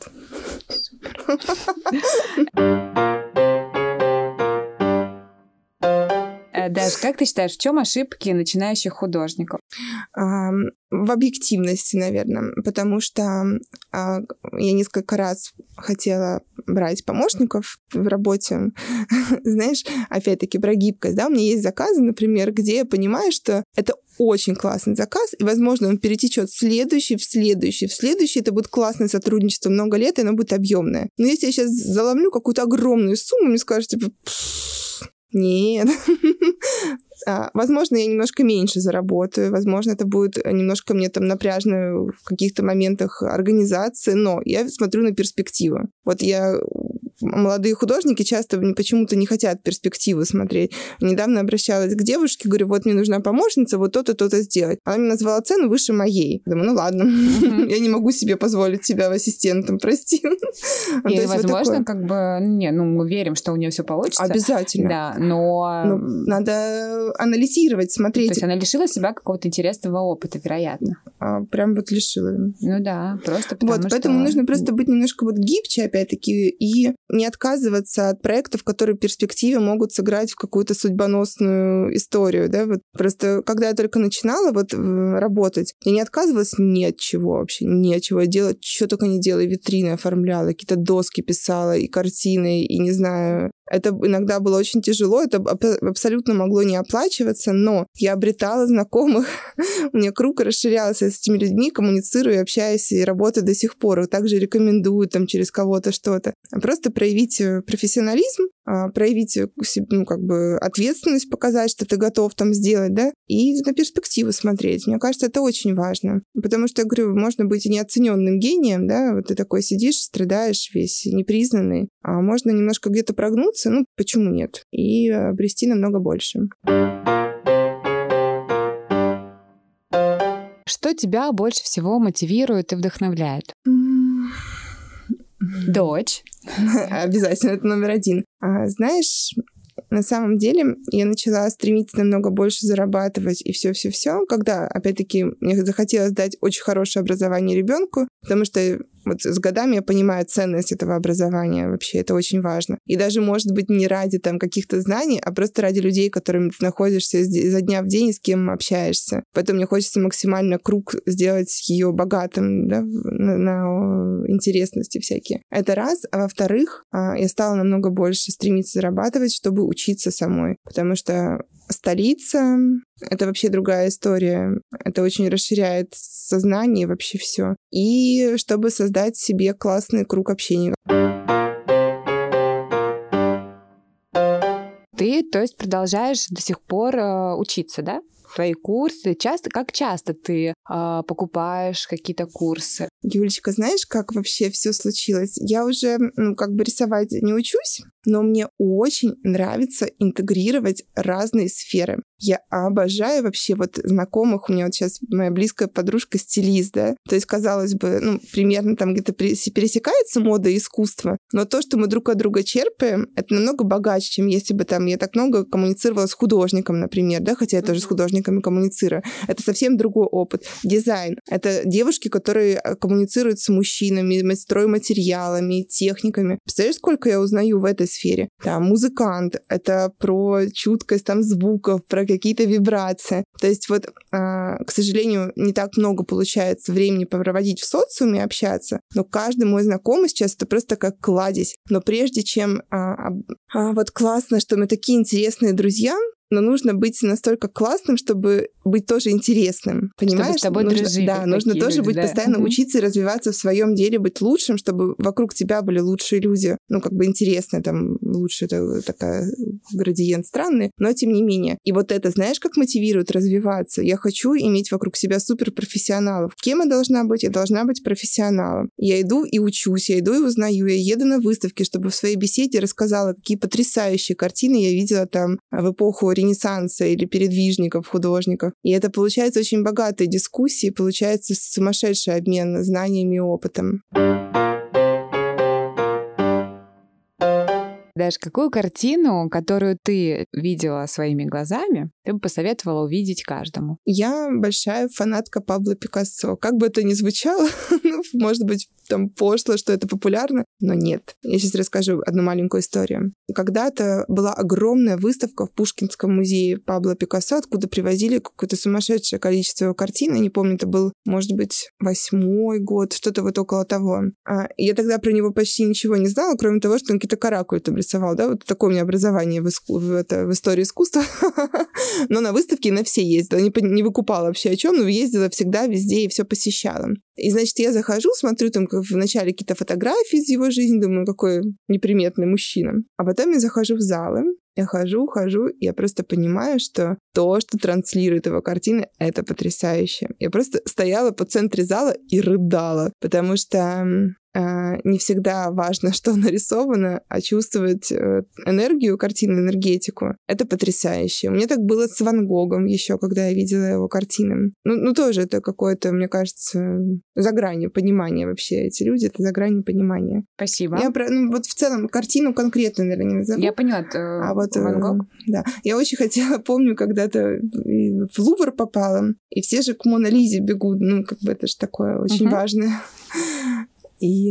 Даш, как ты считаешь, в чем ошибки начинающих художников? В объективности, наверное, потому что я несколько раз хотела брать помощников в работе. Знаешь, опять-таки про гибкость, да, у меня есть заказы, например, где я понимаю, что это очень классный заказ, и, возможно, он перетечет в следующий. Это будет классное сотрудничество много лет, и оно будет объемное. Но если я сейчас заломлю какую-то огромную сумму, мне скажут, типа, нет. Возможно, я немножко меньше заработаю, возможно, это будет немножко мне там напряжно в каких-то моментах организации, но я смотрю на перспективу. Вот молодые художники часто почему-то не хотят перспективу смотреть. Недавно обращалась к девушке, говорю, вот мне нужна помощница, вот то-то, то-то сделать. Она мне назвала цену выше моей. Думаю, ладно, я не могу себе позволить себя в ассистентом, прости. И, возможно, мы верим, что у нее все получится. Обязательно. Да, но... Надо анализировать, смотреть. То есть она лишила себя какого-то интересного опыта, вероятно. Прям вот лишила. Ну да, просто потому что... Поэтому нужно просто быть немножко гибче, опять-таки, и не отказываться от проектов, которые в перспективе могут сыграть в какую-то судьбоносную историю, да, вот просто когда я только начинала работать, я не отказывалась ни от чего вообще, ни от чего. Я делала, что только не делала, витрины оформляла, какие-то доски писала, и картины, и не знаю... Это иногда было очень тяжело, это абсолютно могло не оплачиваться, но я обретала знакомых, у меня круг расширялся с этими людьми, коммуницирую, общаюсь и работаю до сих пор. Также рекомендую там через кого-то что-то. Просто проявить профессионализм, проявить ответственность, показать, что ты готов там сделать, да, и на перспективу смотреть. Мне кажется, это очень важно. Потому что, я говорю, можно быть неоцененным гением, да, вот ты такой сидишь, страдаешь весь непризнанный, а можно немножко где-то прогнуться, почему нет, и обрести намного больше. Что тебя больше всего мотивирует и вдохновляет? Дочь. Обязательно, это номер один. Знаешь, на самом деле я начала стремиться намного больше зарабатывать и все-все-все, когда, опять-таки, мне захотелось дать очень хорошее образование ребенку, потому что Вот с годами я понимаю ценность этого образования вообще, это очень важно. И даже, может быть, не ради там каких-то знаний, а просто ради людей, которыми ты находишься изо дня в день и с кем общаешься. Поэтому мне хочется максимально круг сделать ее богатым, да, на интересности всякие. Это раз. А во-вторых, я стала намного больше стремиться зарабатывать, чтобы учиться самой. Потому что столица — это вообще другая история. Это очень расширяет сознание и вообще все. И чтобы создать себе классный круг общения. Ты, то есть, продолжаешь до сих пор учиться, да? Твои курсы. Как часто ты покупаешь какие-то курсы? Юлечка, знаешь, как вообще все случилось? Я уже, рисовать не учусь, но мне очень нравится интегрировать разные сферы. Я обожаю вообще знакомых. У меня сейчас моя близкая подружка стилист, да? То есть, казалось бы, примерно там где-то пересекается мода и искусство, но то, что мы друг от друга черпаем, это намного богаче, чем если бы там я так много коммуницировала с художником, например, да? Хотя я тоже с художниками коммуницирую. Это совсем другой опыт. Дизайн. Это девушки, которые коммуницируют с мужчинами, стройматериалами, техниками. Представляешь, сколько я узнаю в этой сфере? Там, музыкант. Это про чуткость там звуков, про какие-то вибрации. То есть к сожалению, не так много получается времени проводить в социуме, общаться, но каждый мой знакомый сейчас это просто как кладезь. Но прежде чем классно, что мы такие интересные друзья, но нужно быть настолько классным, чтобы быть тоже интересным. Понимаешь? Чтобы с тобой дружили. Да, нужно тоже быть постоянно учиться и развиваться в своем деле, быть лучшим, чтобы вокруг тебя были лучшие люди. Интересно, там лучше, это такая градиент странный, но тем не менее. И это, знаешь, как мотивирует развиваться? Я хочу иметь вокруг себя суперпрофессионалов. Кем я должна быть? Я должна быть профессионалом. Я иду и учусь, я иду и узнаю, я еду на выставки, чтобы в своей беседе рассказала, какие потрясающие картины я видела там в эпоху Ренессанса или передвижников, художников. И это получается очень богатые дискуссии, получается сумасшедший обмен знаниями и опытом. Даш, какую картину, которую ты видела своими глазами, ты бы посоветовала увидеть каждому? Я большая фанатка Пабло Пикассо. Как бы это ни звучало, может быть, там пошло, что это популярно, но нет. Я сейчас расскажу одну маленькую историю. Когда-то была огромная выставка в Пушкинском музее Пабло Пикассо, откуда привозили какое-то сумасшедшее количество его картин. Я не помню, это был, может быть, 8-й год, что-то около того. И я тогда про него почти ничего не знала, кроме того, что он какие-то каракули там рисовал, да, такое у меня образование в истории искусства. Но на выставке на все ездила, не выкупала вообще о чем, но ездила всегда, везде и все посещала. И, значит, я захожу, смотрю там вначале какие-то фотографии из его жизни, думаю, какой неприметный мужчина. А потом я захожу в залы, я хожу, и я просто понимаю, что то, что транслирует его картины, это потрясающе. Я просто стояла по центре зала и рыдала, потому что не всегда важно, что нарисовано, а чувствовать энергию картины, энергетику. Это потрясающе. У меня так было с Ван Гогом еще, когда я видела его картины. Тоже это какое-то, мне кажется, за гранью понимания вообще. Эти люди — это за гранью понимания. Спасибо. Я в целом картину конкретно, наверное, не назову. Я поняла. Ван Гог? Да. Я очень хотела, помню, когда-то в Лувр попала, и все же к Моне Лизе бегут. Это же такое очень важное. И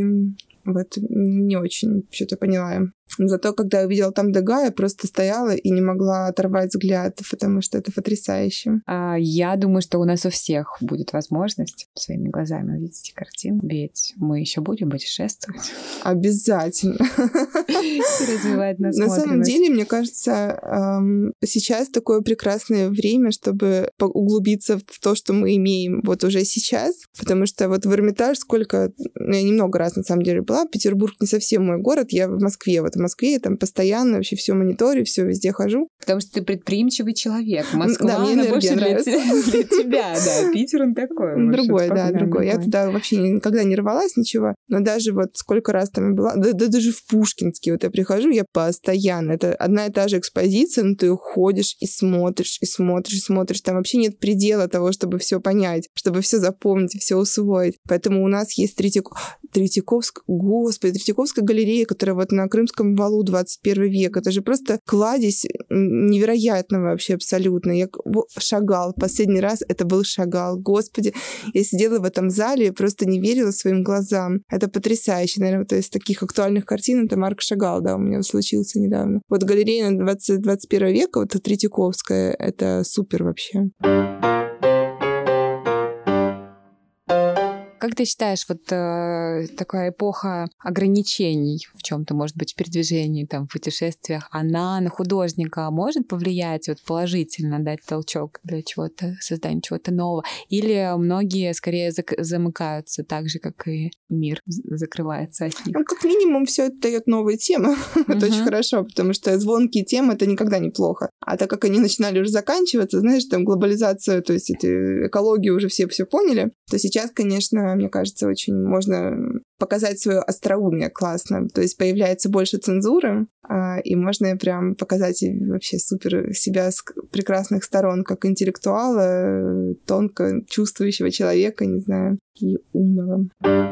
не очень что-то поняла. Зато, когда я увидела там Дега, я просто стояла и не могла оторвать взгляд, потому что это потрясающе. Я думаю, что у нас у всех будет возможность своими глазами увидеть эти картины, ведь мы еще будем путешествовать. Обязательно. Развивать насмотренность. На самом деле, мне кажется, сейчас такое прекрасное время, чтобы углубиться в то, что мы имеем уже сейчас, потому что в Эрмитаж сколько... Я немного раз, на самом деле, была. Петербург не совсем мой город, я в Москве. В Москве я там постоянно вообще все мониторю, все везде хожу. Потому что ты предприимчивый человек. Москва, да, мне больше для тебя. Да, Питер он такой. Другой. Я туда вообще никогда не рвалась, ничего. Но даже сколько раз там я была, даже в Пушкинске я прихожу, я постоянно. Это одна и та же экспозиция, но ты ходишь и смотришь, и смотришь, и смотришь. Там вообще нет предела того, чтобы все понять, чтобы все запомнить, все усвоить. Поэтому у нас есть Третьяковская галерея, которая вот на Крымском валу 21 век. Это же просто кладезь невероятно вообще абсолютно. Я Шагал. Последний раз это был Шагал. Господи, я сидела в этом зале и просто не верила своим глазам. Это потрясающе. Наверное, вот из таких актуальных картин это Марк Шагал, да, у меня случился недавно. Вот галерея 21 века, вот Третьяковская, это супер вообще. Как ты считаешь, вот такая эпоха ограничений в чем-то, может быть, в передвижении, там, в путешествиях, она на художника может повлиять вот положительно, дать толчок для чего-то, создания чего-то нового? Или многие скорее замыкаются так же, как и мир закрывается от них? Ну, как минимум, все это дает новые темы. Это очень хорошо, потому что звонкие темы — это никогда неплохо. А так как они начинали уже заканчиваться, знаешь, там глобализация, то есть экологию уже все поняли, то сейчас, конечно, мне кажется, очень можно показать свое остроумие классно. То есть появляется больше цензуры, и можно прям показать вообще супер себя с прекрасных сторон, как интеллектуала, тонко чувствующего человека, не знаю, и умного.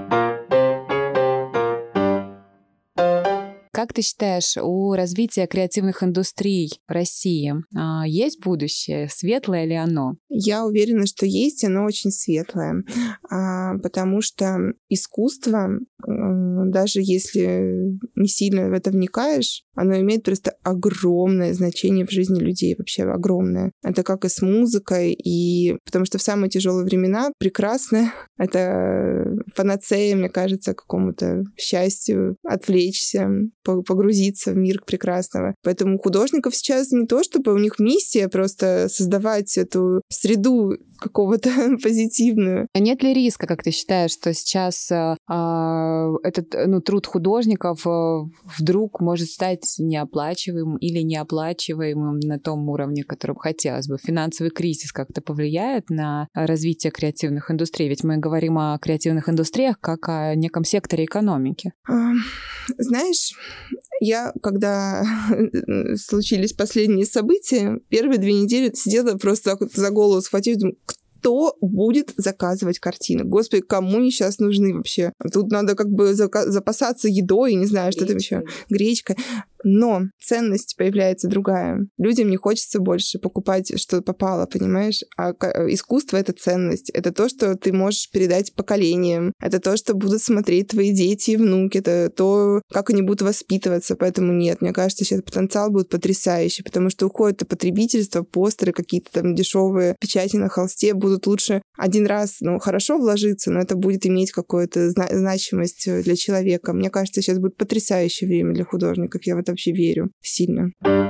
Как ты считаешь, у развития креативных индустрий в России есть будущее? Светлое ли оно? Я уверена, что есть, оно очень светлое, потому что искусство, даже если не сильно в это вникаешь, оно имеет просто огромное значение в жизни людей, вообще огромное. Это как и с музыкой, и потому что в самые тяжелые времена прекрасное — это панацея, мне кажется, к какому-то счастью, отвлечься, погрузиться в мир прекрасного. Поэтому у художников сейчас не то, чтобы у них миссия просто создавать эту среду какого-то позитивную. А нет ли риска, как ты считаешь, что сейчас этот труд художников вдруг может стать неоплачиваемым или неоплачиваемым на том уровне, которым хотелось бы? Финансовый кризис как-то повлияет на развитие креативных индустрий? Ведь мы говорим о креативных индустриях как о неком секторе экономики. Знаешь, я, когда случились последние события, первые 2 недели сидела просто так вот за голову схватив, думаю, кто будет заказывать картины? Господи, кому они сейчас нужны вообще? Тут надо как бы запасаться едой, не знаю, что там еще, гречкой. Но ценность появляется другая. Людям не хочется больше покупать, что попало, понимаешь? А искусство — это ценность. Это то, что ты можешь передать поколениям. Это то, что будут смотреть твои дети и внуки. Это то, как они будут воспитываться. Поэтому нет, мне кажется, сейчас потенциал будет потрясающий, потому что уходит и потребительство, постеры какие-то там дешевые, печати на холсте будут лучше один раз, хорошо вложиться, но это будет иметь какую-то значимость для человека. Мне кажется, сейчас будет потрясающее время для художников. Я в это вообще верю сильно.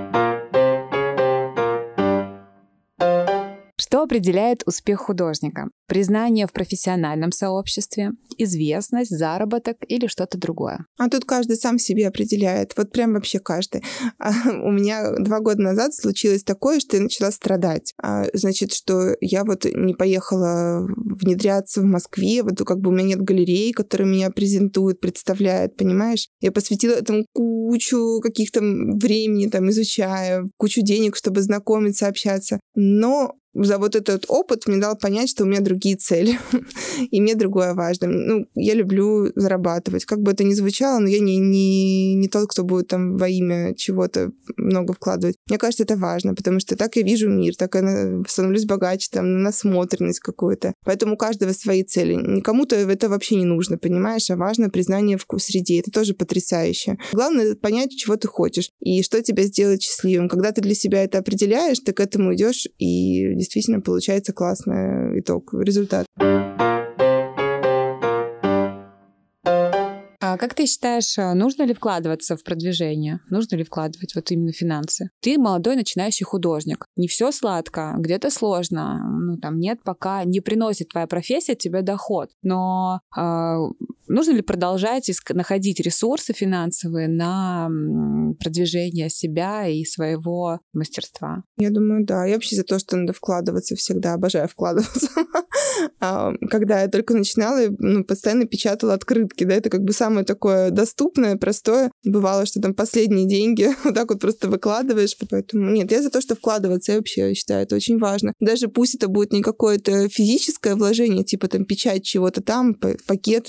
Что определяет успех художника? Признание в профессиональном сообществе, известность, заработок или что-то другое? А тут каждый сам себе определяет. Вот прям вообще каждый. У меня 2 года назад случилось такое, что я начала страдать. Значит, что я вот не поехала внедряться в Москве, вот как бы у меня нет галереи, которые меня презентуют, представляют, понимаешь? Я посвятила этому кучу каких-то времени, там, изучая, кучу денег, чтобы знакомиться, общаться. Но за вот этот опыт мне дал понять, что у меня другие цели, и мне другое важно. Я люблю зарабатывать. Как бы это ни звучало, но я не тот, кто будет там во имя чего-то много вкладывать. Мне кажется, это важно, потому что так я вижу мир, так я становлюсь богаче, там, на насмотренность какую-то. Поэтому у каждого свои цели. Никому-то это вообще не нужно, понимаешь? А важно признание в среде. Это тоже потрясающе. Главное понять, чего ты хочешь и что тебя сделает счастливым. Когда ты для себя это определяешь, ты к этому идешь, и действительно получается классный итог, результат. А как ты считаешь, нужно ли вкладываться в продвижение? Нужно ли вкладывать вот именно финансы? Ты молодой начинающий художник. Не все сладко, где-то сложно. Нет, пока не приносит твоя профессия тебе доход. Но нужно ли продолжать находить ресурсы финансовые на продвижение себя и своего мастерства? Я думаю, да. Я вообще за то, что надо вкладываться всегда. Обожаю вкладываться. Когда я только начинала, я постоянно печатала открытки. Да, это как бы самое такое доступное, простое. Бывало, что там последние деньги вот так вот просто выкладываешь. Поэтому нет, я за то, что вкладываться. Я вообще считаю, это очень важно. Даже пусть это будет не какое-то физическое вложение, типа там печать чего-то там, пакеты, там, не знаю,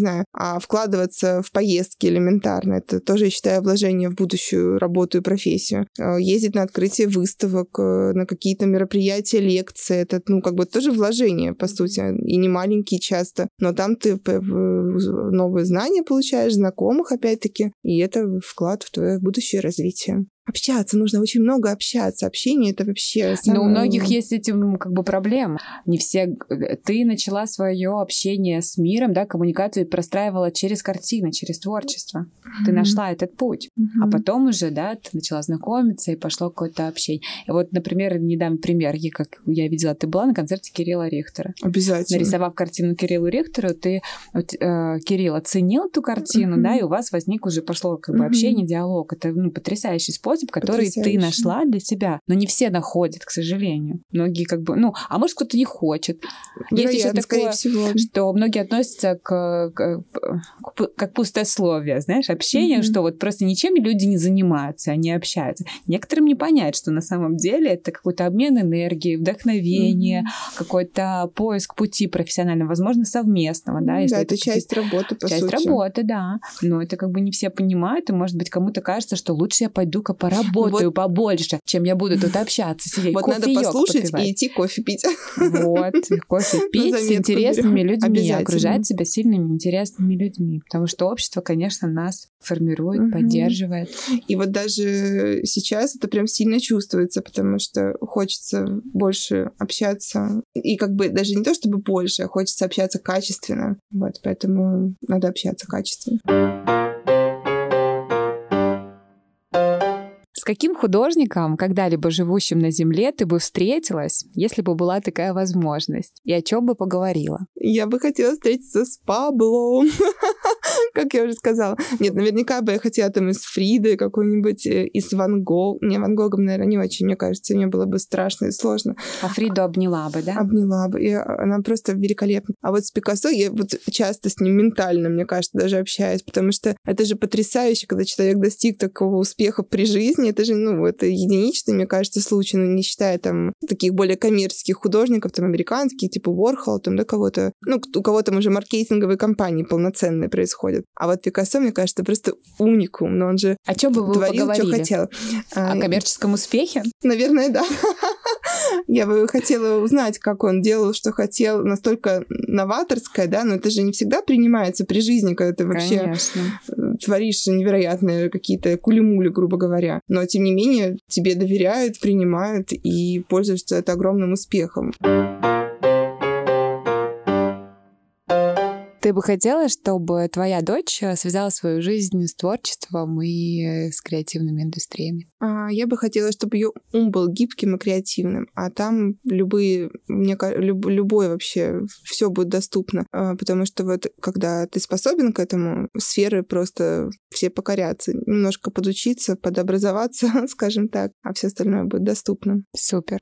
знаю, а вкладываться в поездки элементарно. Это тоже, я считаю, вложение в будущую работу и профессию. Ездить на открытие выставок, на какие-то мероприятия, лекции. Это, тоже вложение, по сути, и не маленькие часто. Но там ты новые знания получаешь, знакомых, опять-таки, и это вклад в твое будущее развитие. Общаться, нужно очень много общаться. Общение — это вообще самое... Но у многих есть с этим проблемы. Не все... Ты начала свое общение с миром, да, коммуникацию простраивала через картины, через творчество. Ты нашла этот путь. А потом уже, да, ты начала знакомиться, и пошло какое-то общение. И вот, например, недавний пример, как я видела, ты была на концерте Кирилла Рихтера. Обязательно. Нарисовав картину Кириллу Рихтеру, Кирилл оценил эту картину, да, и у вас пошло общение, диалог. Это потрясающий способ, который ты нашла для себя. Но не все находят, к сожалению. Многие а может, кто-то не хочет. Есть еще такое, что многие относятся как пустословие, знаешь, общение, что вот просто ничем люди не занимаются, они общаются. Некоторым не понять, что на самом деле это какой-то обмен энергией, вдохновение, какой-то поиск пути профессионального, возможно, совместного, да. Да, это часть работы, по сути. Часть работы, да. Но это не все понимают, и, может быть, кому-то кажется, что лучше я пойду-ка поработаю побольше, чем я буду тут общаться, сидеть, вот надо послушать и идти кофе пить. Вот, кофе пить с интересными людьми, окружать себя сильными, интересными людьми, потому что общество, конечно, нас формирует, поддерживает. И вот даже сейчас это прям сильно чувствуется, потому что хочется больше общаться, и даже не то чтобы больше, а хочется общаться качественно. Вот, поэтому надо общаться качественно. С каким художником, когда-либо живущим на Земле, ты бы встретилась, если бы была такая возможность? И о чем бы поговорила? Я бы хотела встретиться с Пабло, как я уже сказала. Нет, наверняка бы я хотела там и с Фридой какой-нибудь, и с Ван Гогом. Не, Ван Гогом, наверное, не очень, мне кажется, мне было бы страшно и сложно. А Фриду обняла бы, да? Обняла бы, и она просто великолепна. А вот с Пикассо я часто с ним ментально, мне кажется, даже общаюсь, потому что это же потрясающе, когда человек достиг такого успеха при жизни. Это же, это единичный, мне кажется, случай, не считая там таких более коммерческих художников, там американских, типа Уорхол, там, да, кого-то, у кого там уже маркетинговые кампании полноценные происходят. А вот Пикассо, мне кажется, просто уникум, но он же о чем бы вы творил, поговорили? что хотел. О коммерческом успехе? Наверное, да. Я бы хотела узнать, как он делал, что хотел, настолько новаторское, да, но это же не всегда принимается при жизни, когда ты вообще творишь невероятные какие-то кулемули, грубо говоря. Но, тем не менее, тебе доверяют, принимают и пользуются это огромным успехом. Ты бы хотела, чтобы твоя дочь связала свою жизнь с творчеством и с креативными индустриями? Я бы хотела, чтобы ее ум был гибким и креативным, а там любое вообще все будет доступно, потому что вот когда ты способен к этому, сферы просто все покорятся, немножко подучиться, подобразоваться, скажем так, а все остальное будет доступно. Супер.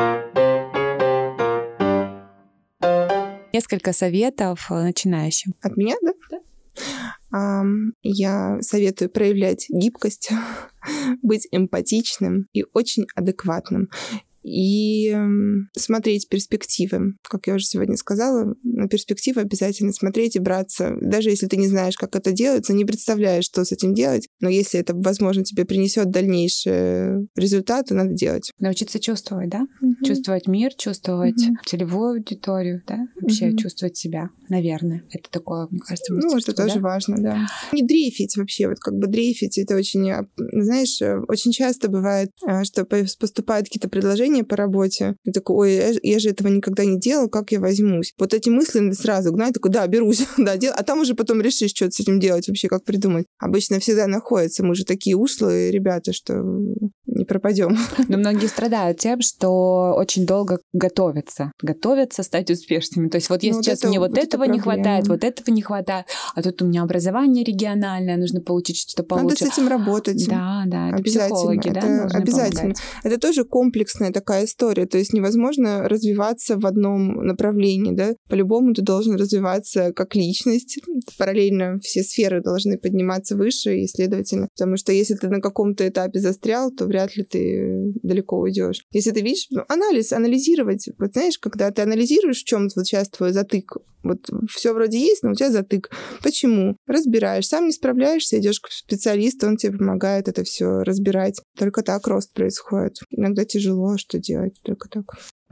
Несколько советов начинающим. От меня, да? Да. Я советую проявлять гибкость, быть эмпатичным и очень адекватным. И смотреть перспективы. Как я уже сегодня сказала, на перспективы обязательно смотреть и браться. Даже если ты не знаешь, как это делается, не представляешь, что с этим делать, но если это, возможно, тебе принесет дальнейшие результаты, надо делать. Научиться чувствовать, да? Чувствовать мир, чувствовать целевую аудиторию, да? Вообще чувствовать себя, наверное. Это такое, мне кажется, мастерство, это тоже важно, да. Не дрейфить вообще. Вот дрейфить, это очень, знаешь, очень часто бывает, что поступают какие-то предложения по работе. Я такой, ой, я же этого никогда не делал, как я возьмусь? Вот эти мысли надо сразу гнать, такой, да, берусь, да, а там уже потом решишь, что с этим делать вообще, как придумать. Обычно всегда находятся, мы же такие ушлые ребята, что не пропадем. Но многие страдают тем, что очень долго готовятся стать успешными. То есть вот если сейчас мне этого не хватает, вот этого не хватает, а тут у меня образование региональное, нужно получить что-то получше. Надо с этим работать. Да, это обязательно. психологи, Это обязательно. Помогать. Это тоже комплексная такая история. То есть невозможно развиваться в одном направлении, да. По-любому ты должен развиваться как личность. Параллельно все сферы должны подниматься выше, и, следовательно, потому что если ты на каком-то этапе застрял, то вряд вряд ли ты далеко уйдешь. Если ты видишь, анализировать. Вот знаешь, когда ты анализируешь в чем-то, вот сейчас твой затык, вот все вроде есть, но у тебя затык. Почему? Разбираешь. Сам не справляешься, идешь к специалисту, он тебе помогает это все разбирать. Только так рост происходит. Иногда тяжело, что делать, только так.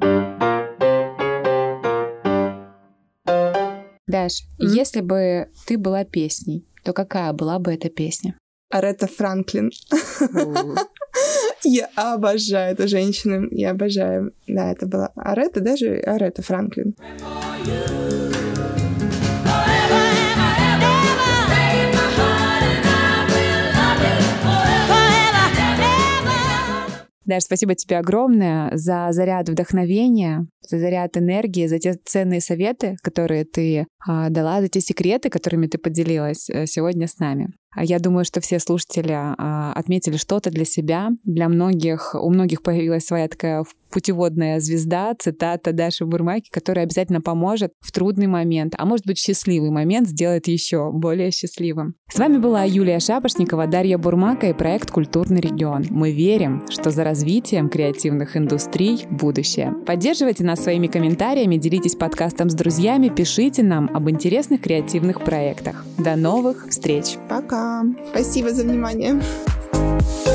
Даш, если бы ты была песней, то какая была бы эта песня? Арета Франклин. Я обожаю эту женщину. Я обожаю. Да, это была Арета, даже Арета Франклин. Даш, спасибо тебе огромное за заряд вдохновения, за заряд энергии, за те ценные советы, которые ты дала, за те секреты, которыми ты поделилась сегодня с нами. Я думаю, что все слушатели отметили что-то для себя. У многих появилась своя такая путеводная звезда, цитата Даши Бурмаки, которая обязательно поможет в трудный момент, а может быть, счастливый момент сделает еще более счастливым. С вами была Юлия Шапошникова, Дарья Бурмака и проект «Культурный регион». Мы верим, что за развитием креативных индустрий будущее. Поддерживайте нас своими комментариями, делитесь подкастом с друзьями, пишите нам об интересных креативных проектах. До новых встреч! Пока! Спасибо за внимание!